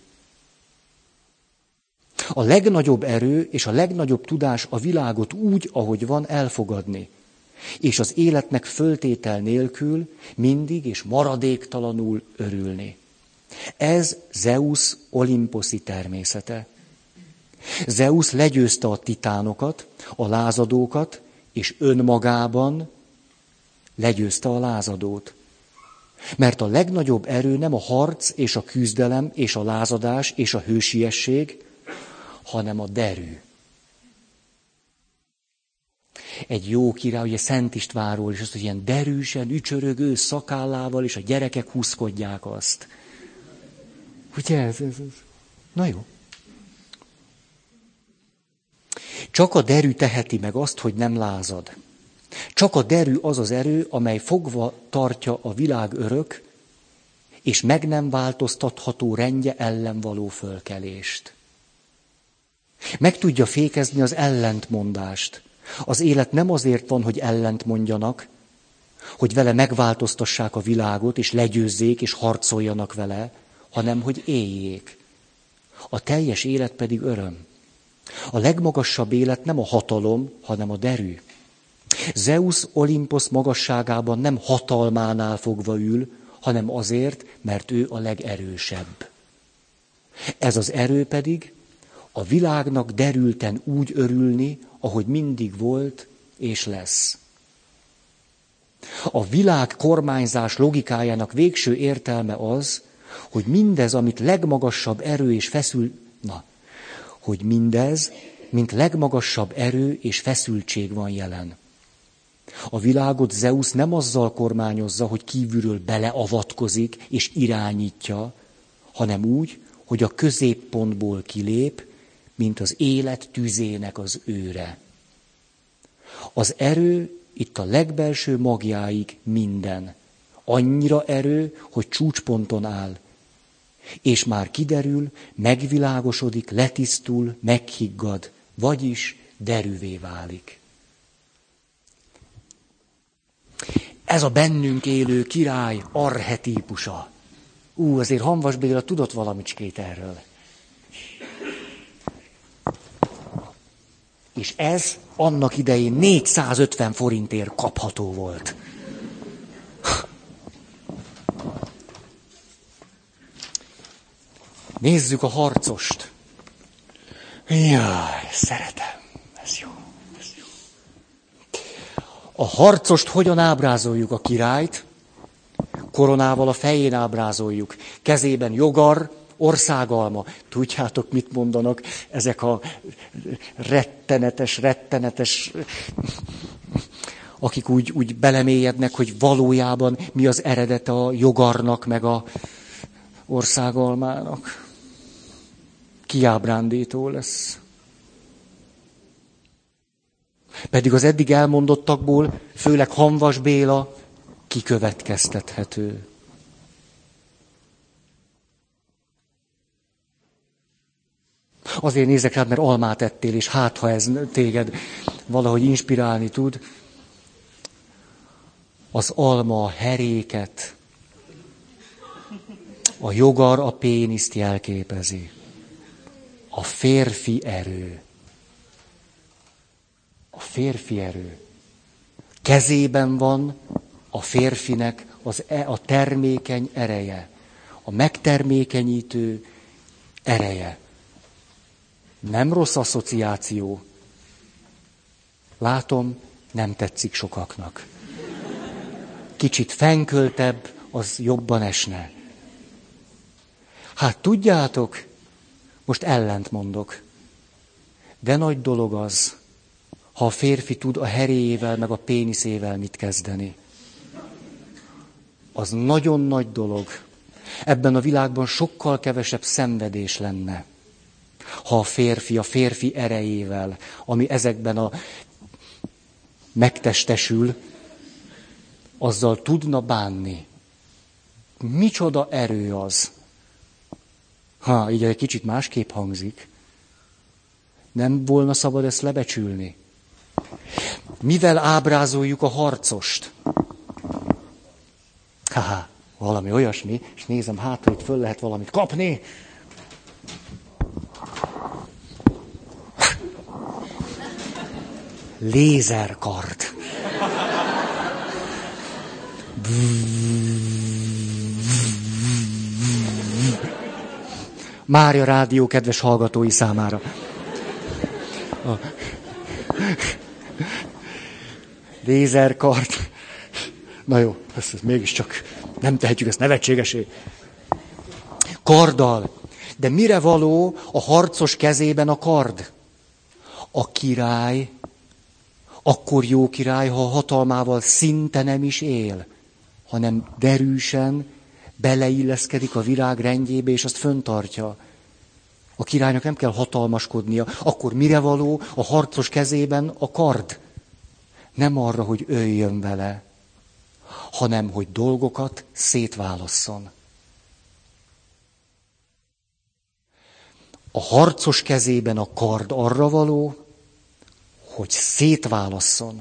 A legnagyobb erő és a legnagyobb tudás a világot úgy, ahogy van, elfogadni. És az életnek föltétel nélkül mindig és maradéktalanul örülni. Ez Zeusz olimposzi természete. Zeusz legyőzte a titánokat, a lázadókat, és önmagában legyőzte a lázadót. Mert a legnagyobb erő nem a harc és a küzdelem és a lázadás és a hősiesség, hanem a derű. Egy jó király, ugye Szent Istvánról is azt, hogy ilyen derűsen, ücsörögő szakállával, és a gyerekek húszkodják azt. Ugye ez. Na jó. Csak a derű teheti meg azt, hogy nem lázad. Csak a derű az az erő, amely fogva tartja a világ örök, és meg nem változtatható rendje ellen való fölkelést. Meg tudja fékezni az ellentmondást. Az élet nem azért van, hogy ellent mondjanak, hogy vele megváltoztassák a világot, és legyőzzék, és harcoljanak vele, hanem hogy éljék. A teljes élet pedig öröm. A legmagasabb élet nem a hatalom, hanem a derű. Zeusz Olimposz magasságában nem hatalmánál fogva ül, hanem azért, mert ő a legerősebb. Ez az erő pedig a világnak derülten úgy örülni, ahogy mindig volt és lesz. A világ kormányzás logikájának végső értelme az, hogy mindez, amit legmagasabb erő és hogy mindez, mint legmagasabb erő és feszültség van jelen. A világot Zeusz nem azzal kormányozza, hogy kívülről beleavatkozik és irányítja, hanem úgy, hogy a középpontból kilép, mint az élet tüzének az őre. Az erő itt a legbelső magjáig minden. Annyira erő, hogy csúcsponton áll. És már kiderül, megvilágosodik, letisztul, meghiggad, vagyis derűvé válik. Ez a bennünk élő király archetípusa. Azért Hamvas Béla tudott valamicskét erről. És ez annak idején 450 forintért kapható volt. Nézzük a harcost. Jaj, szeretem. Ez jó. A harcost hogyan ábrázoljuk? A királyt? Koronával a fején ábrázoljuk. Kezében jogar, országalma. Tudjátok, mit mondanak ezek a rettenetes, akik úgy belemélyednek, hogy valójában mi az eredete a jogarnak, meg a országalmának. Kiábrándító lesz. Pedig az eddig elmondottakból, főleg Hamvas Béla, kikövetkeztethető. Azért nézek rád, mert almát ettél, és hát, ha ez téged valahogy inspirálni tud. Az alma a heréket, a jogar a péniszt jelképezi. A férfi erő. A férfi erő. Kezében van a férfinek a termékeny ereje, a megtermékenyítő ereje. Nem rossz asszociáció. Látom, nem tetszik sokaknak. Kicsit fenköltebb, az jobban esne. Hát tudjátok, most ellent mondok, de nagy dolog az, ha a férfi tud a heréjével meg a péniszével mit kezdeni. Az nagyon nagy dolog. Ebben a világban sokkal kevesebb szenvedés lenne, ha a férfi erejével, ami ezekben a megtestesül, azzal tudna bánni. Micsoda erő az. Így egy kicsit másképp hangzik. Nem volna szabad ezt lebecsülni. Mivel ábrázoljuk a harcost? Valami olyasmi, és nézem hátra, itt föl lehet valamit kapni. Lézerkard. Mária Rádió kedves hallgatói számára. Lézerkard. Na jó, ezt mégiscsak nem tehetjük ezt nevetségesé. Karddal. De mire való a harcos kezében a kard? A király, akkor jó király, ha a hatalmával szinte nem is él, hanem derűsen beleilleszkedik a virág rendjébe, és azt föntartja. A királynak nem kell hatalmaskodnia. Akkor mire való a harcos kezében a kard? Nem arra, hogy öljön vele, hanem hogy dolgokat szétválasszon. A harcos kezében a kard arra való, hogy szétválasszon.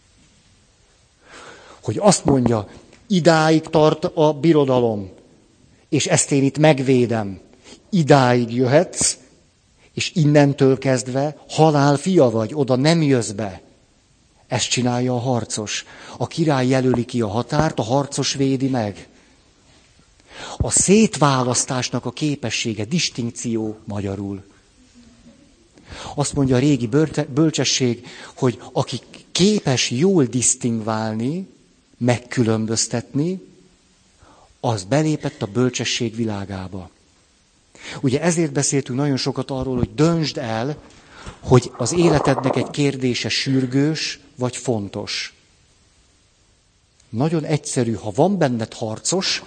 Hogy azt mondja, idáig tart a birodalom, és ezt én itt megvédem. Idáig jöhetsz, és innentől kezdve halál fia vagy, oda nem jössz be. Ezt csinálja a harcos. A király jelöli ki a határt, a harcos védi meg. A szétválasztásnak a képessége, distinkció magyarul. Azt mondja a régi bölcsesség, hogy aki képes jól disztingválni, megkülönböztetni, az belépett a bölcsesség világába. Ugye ezért beszéltünk nagyon sokat arról, hogy döntsd el, hogy az életednek egy kérdése sürgős vagy fontos. Nagyon egyszerű, ha van benned harcos,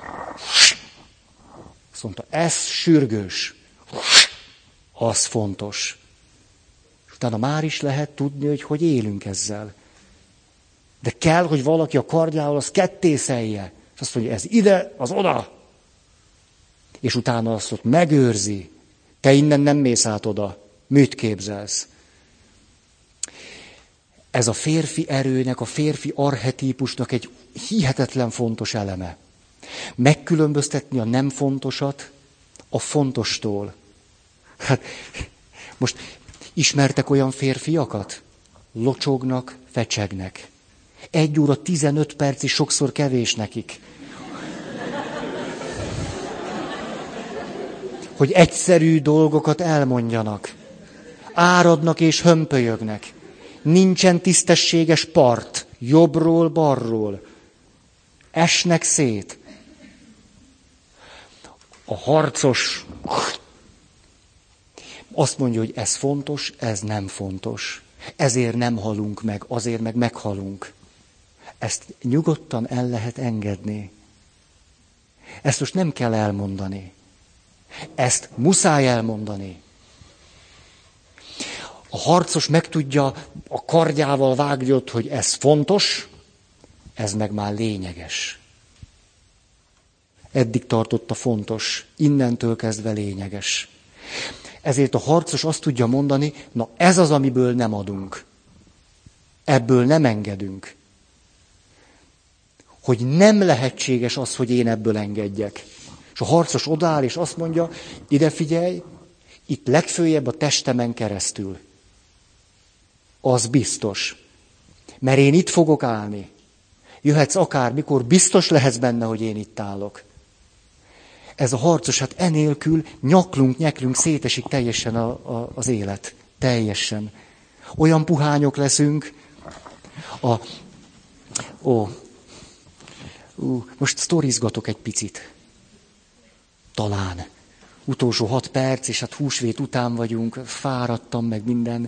azt mondta, ez sürgős, az fontos. És utána már is lehet tudni, hogy élünk ezzel. De kell, hogy valaki a kardjával azt kettészelje. És azt mondja, ez ide, az oda. És utána azt ott megőrzi. Te innen nem mész át oda. Mit képzelsz? Ez a férfi erőnek, a férfi archetípusnak egy hihetetlen fontos eleme. Megkülönböztetni a nem fontosat a fontostól. Hát, most ismertek olyan férfiakat? Locsognak, fecsegnek. 1 óra 15 perc is sokszor kevés nekik. Hogy egyszerű dolgokat elmondjanak. Áradnak és hömpölyögnek. Nincsen tisztességes part, jobbról, balról. Esnek szét. A harcos azt mondja, hogy ez fontos, ez nem fontos. Ezért nem halunk meg, azért meg meghalunk. Ezt nyugodtan el lehet engedni. Ezt most nem kell elmondani. Ezt muszáj elmondani. A harcos meg tudja a kardjával vágni ott, hogy ez fontos, ez meg már lényeges. Eddig tartott a fontos, innentől kezdve lényeges. Ezért a harcos azt tudja mondani, na ez az, amiből nem adunk. Ebből nem engedünk. Hogy nem lehetséges az, hogy én ebből engedjek. És a harcos odaáll, és azt mondja, ide figyelj, itt legfőjebb a testemen keresztül. Az biztos. Mert én itt fogok állni. Jöhetsz akármikor, biztos lehetsz benne, hogy én itt állok. Ez a harcos, hát enélkül nyaklunk, szétesik teljesen az élet. Teljesen. Olyan puhányok leszünk. Most sztorizgatok egy picit. Talán. Utolsó 6 perc, és hát húsvét után vagyunk, fáradtam meg minden.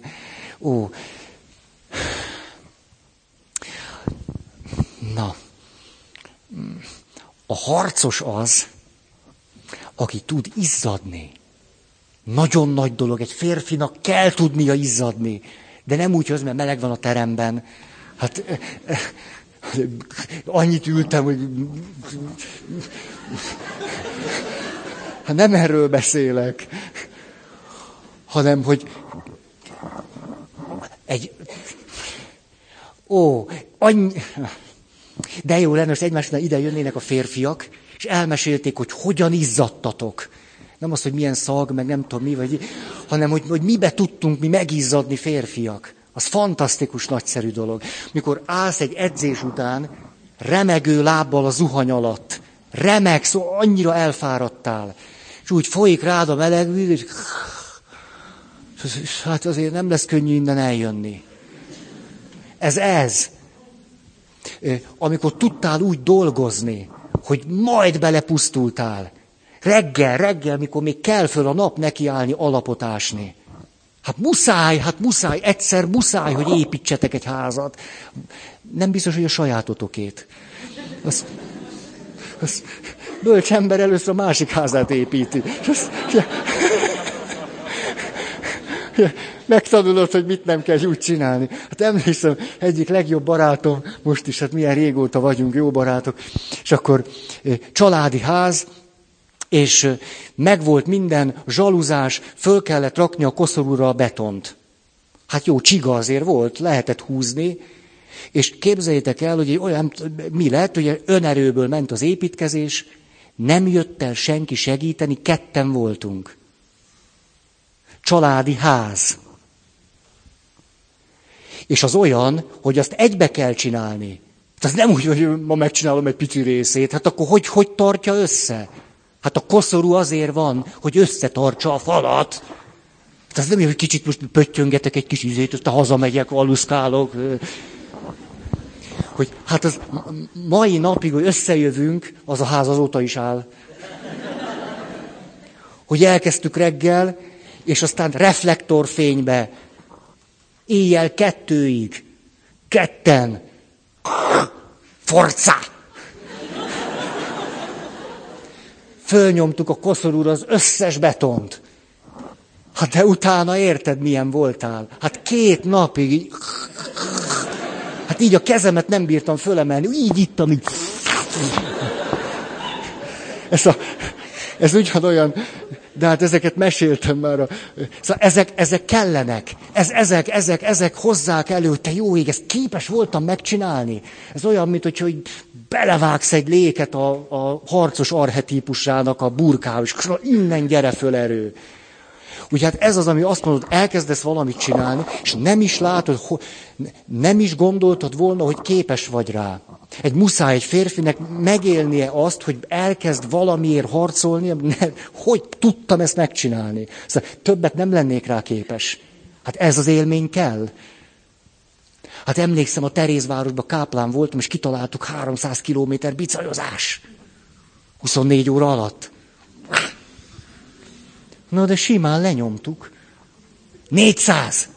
Na. A harcos az, aki tud izzadni. Nagyon nagy dolog, egy férfinak kell tudnia izzadni. De nem úgy, hogy mert meleg van a teremben. Hát annyit ültem, hogy... Hát nem erről beszélek, hanem, hogy De jó lenne, most egymásnál ide jönnének a férfiak, és elmesélték, hogy hogyan izzadtatok. Nem az, hogy milyen szag, meg nem tudom mi, hanem hogy mibe tudtunk mi megizzadni férfiak. Az fantasztikus, nagyszerű dolog. Mikor állsz egy edzés után, remegő lábbal a zuhany alatt, remegsz, annyira elfáradtál, és úgy folyik rád a meleg víz, és hát azért nem lesz könnyű innen eljönni. Ez. Amikor tudtál úgy dolgozni, hogy majd belepusztultál. Reggel, mikor még kell föl a nap nekiállni, alapot ásni. Hát muszáj, egyszer muszáj, hogy építsetek egy házat. Nem biztos, hogy a sajátotokét. Az bölcs ember először a másik házát építi. Megtanulod, hogy mit nem kell úgy csinálni. Hát emlékszem, egyik legjobb barátom, most is, hát milyen régóta vagyunk jó barátok, és akkor családi ház, és megvolt minden, zsaluzás, föl kellett rakni a koszorúra a betont. Hát jó, csiga azért volt, lehetett húzni, és képzeljétek el, hogy olyan, mi lett, hogy önerőből ment az építkezés, nem jött el senki segíteni, 2 voltunk. Családi ház. És az olyan, hogy azt egybe kell csinálni. Ez nem úgy, hogy ma megcsinálom egy pici részét. Hát akkor hogy tartja össze? Hát a koszorú azért van, hogy összetartsa a falat. Hát ez nem jó, hogy kicsit most pöttyöngetek egy kis izét, aztán hazamegyek, aluszkálok. Hogy hát az mai napig, hogy összejövünk, az a ház azóta is áll. Hogy elkezdtük reggel, és aztán reflektorfénybe, éjjel 2-ig, ketten, forca! Fölnyomtuk a koszorúra az összes betont. Hát de utána érted, milyen voltál? Hát 2 napig így... Hát így a kezemet nem bírtam fölemelni, így ittam, így... Ez ugyanolyan... De hát ezeket meséltem már. Szóval ezek kellenek. Ezek hozzák elő, hogy te jó ég, ezt képes voltam megcsinálni. Ez olyan, mint hogy belevágsz egy léket a harcos archetípusának a burkába, és innen gyere föl erő. Ugye hát ez az, ami azt mondod, elkezdesz valamit csinálni, és nem is látod, nem is gondoltad volna, hogy képes vagy rá. Egy férfinek megélnie azt, hogy elkezd valamiért harcolni, hogy tudtam ezt megcsinálni. Szóval többet nem lennék rá képes. Hát ez az élmény kell. Hát emlékszem, a Terézvárosban káplán voltam, és kitaláltuk 300 kilométer bicajozás. 24 óra alatt. Na, de simán lenyomtuk. 400!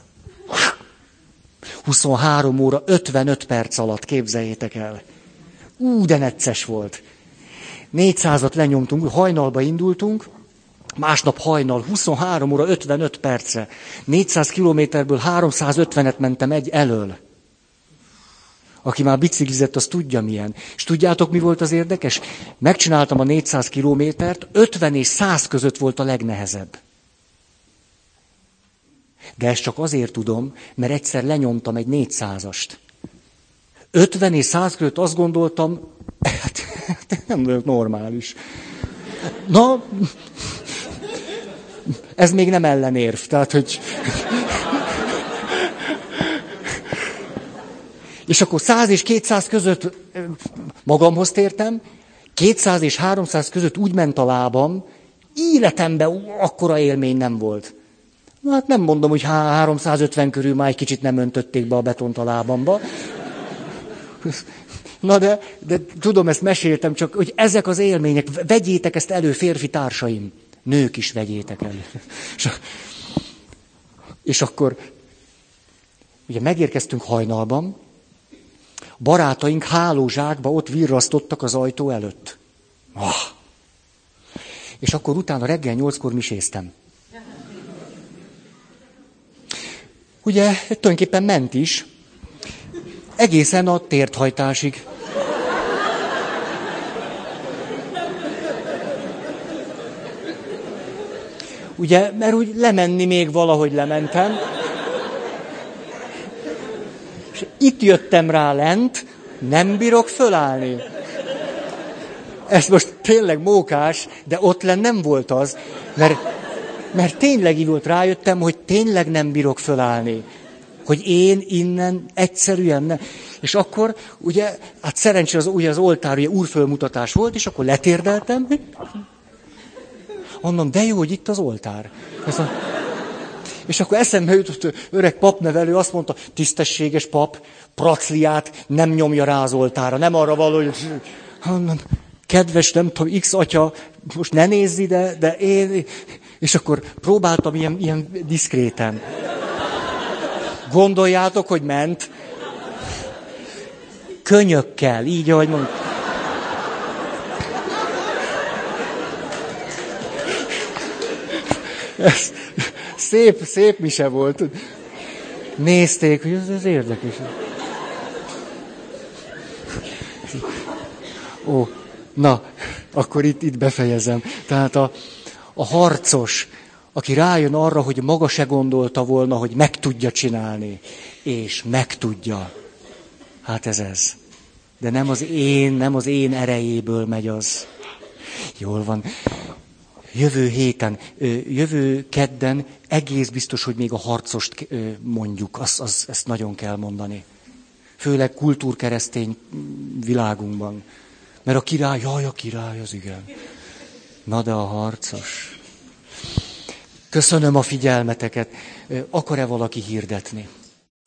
23 óra 55 perc alatt, képzeljétek el. De necces volt. 400-at lenyomtunk, hajnalba indultunk, másnap hajnal, 23 óra 55 percre. 400 kilométerből 350-et mentem egy elől. Aki már biciklizett, az tudja milyen. És tudjátok, mi volt az érdekes? Megcsináltam a 400 kilométert, 50 és 100 között volt a legnehezebb. De ezt csak azért tudom, mert egyszer lenyomtam egy 400-ast. 50 és 100 között azt gondoltam, hát nem vagyok normális. Na, ez még nem ellenérv, tehát, hogy... És akkor 100 és 200 között magamhoz tértem, 200 és 300 között úgy ment a lábam, életemben akkora élmény nem volt. Na, hát nem mondom, hogy 350 körül már egy kicsit nem öntötték be a betont a lábamba. Na de tudom, ezt meséltem, csak hogy ezek az élmények, vegyétek ezt elő, férfi társaim. Nők is vegyétek elő. És akkor ugye megérkeztünk hajnalban, barátaink hálózsákba ott virrasztottak az ajtó előtt. És akkor utána reggel 8-kor miséztem. Ugye tulajdonképpen ment is, egészen a térthajtásig. Ugye, mert úgy lemenni még valahogy lementem. És itt jöttem rá lent, nem bírok fölállni. Ez most tényleg mókás, de ott lenn nem volt az, mert tényleg így volt, rájöttem, hogy tényleg nem bírok fölállni. Hogy én innen egyszerűen nem. És akkor, ugye, hát szerencsére az oltár, ugye úrfölmutatás volt, és akkor letérdeltem. Mondom, de jó, hogy itt az oltár. És akkor eszembe jutott öreg papnevelő, azt mondta, tisztességes pap, pracliát nem nyomja rá az oltára. Nem arra való, hogy... Mondom, kedves, nem tudom, X atya, most ne nézz ide, de én... És akkor próbáltam ilyen diszkréten. Gondoljátok, hogy ment. Könyökkel, így, ahogy mondom. Ez szép mise volt. Nézték, hogy ez érdekes. Ó, na, akkor itt befejezem. Tehát a harcos, aki rájön arra, hogy maga se gondolta volna, hogy meg tudja csinálni, és megtudja. Hát ez. De nem az én erejéből megy az. Jól van. Jövő kedden egész biztos, hogy még a harcost mondjuk, ezt nagyon kell mondani. Főleg kultúrkeresztény világunkban. Mert a király, a király, az igen. Na de a harcos. Köszönöm a figyelmeteket. Akar-e valaki hirdetni?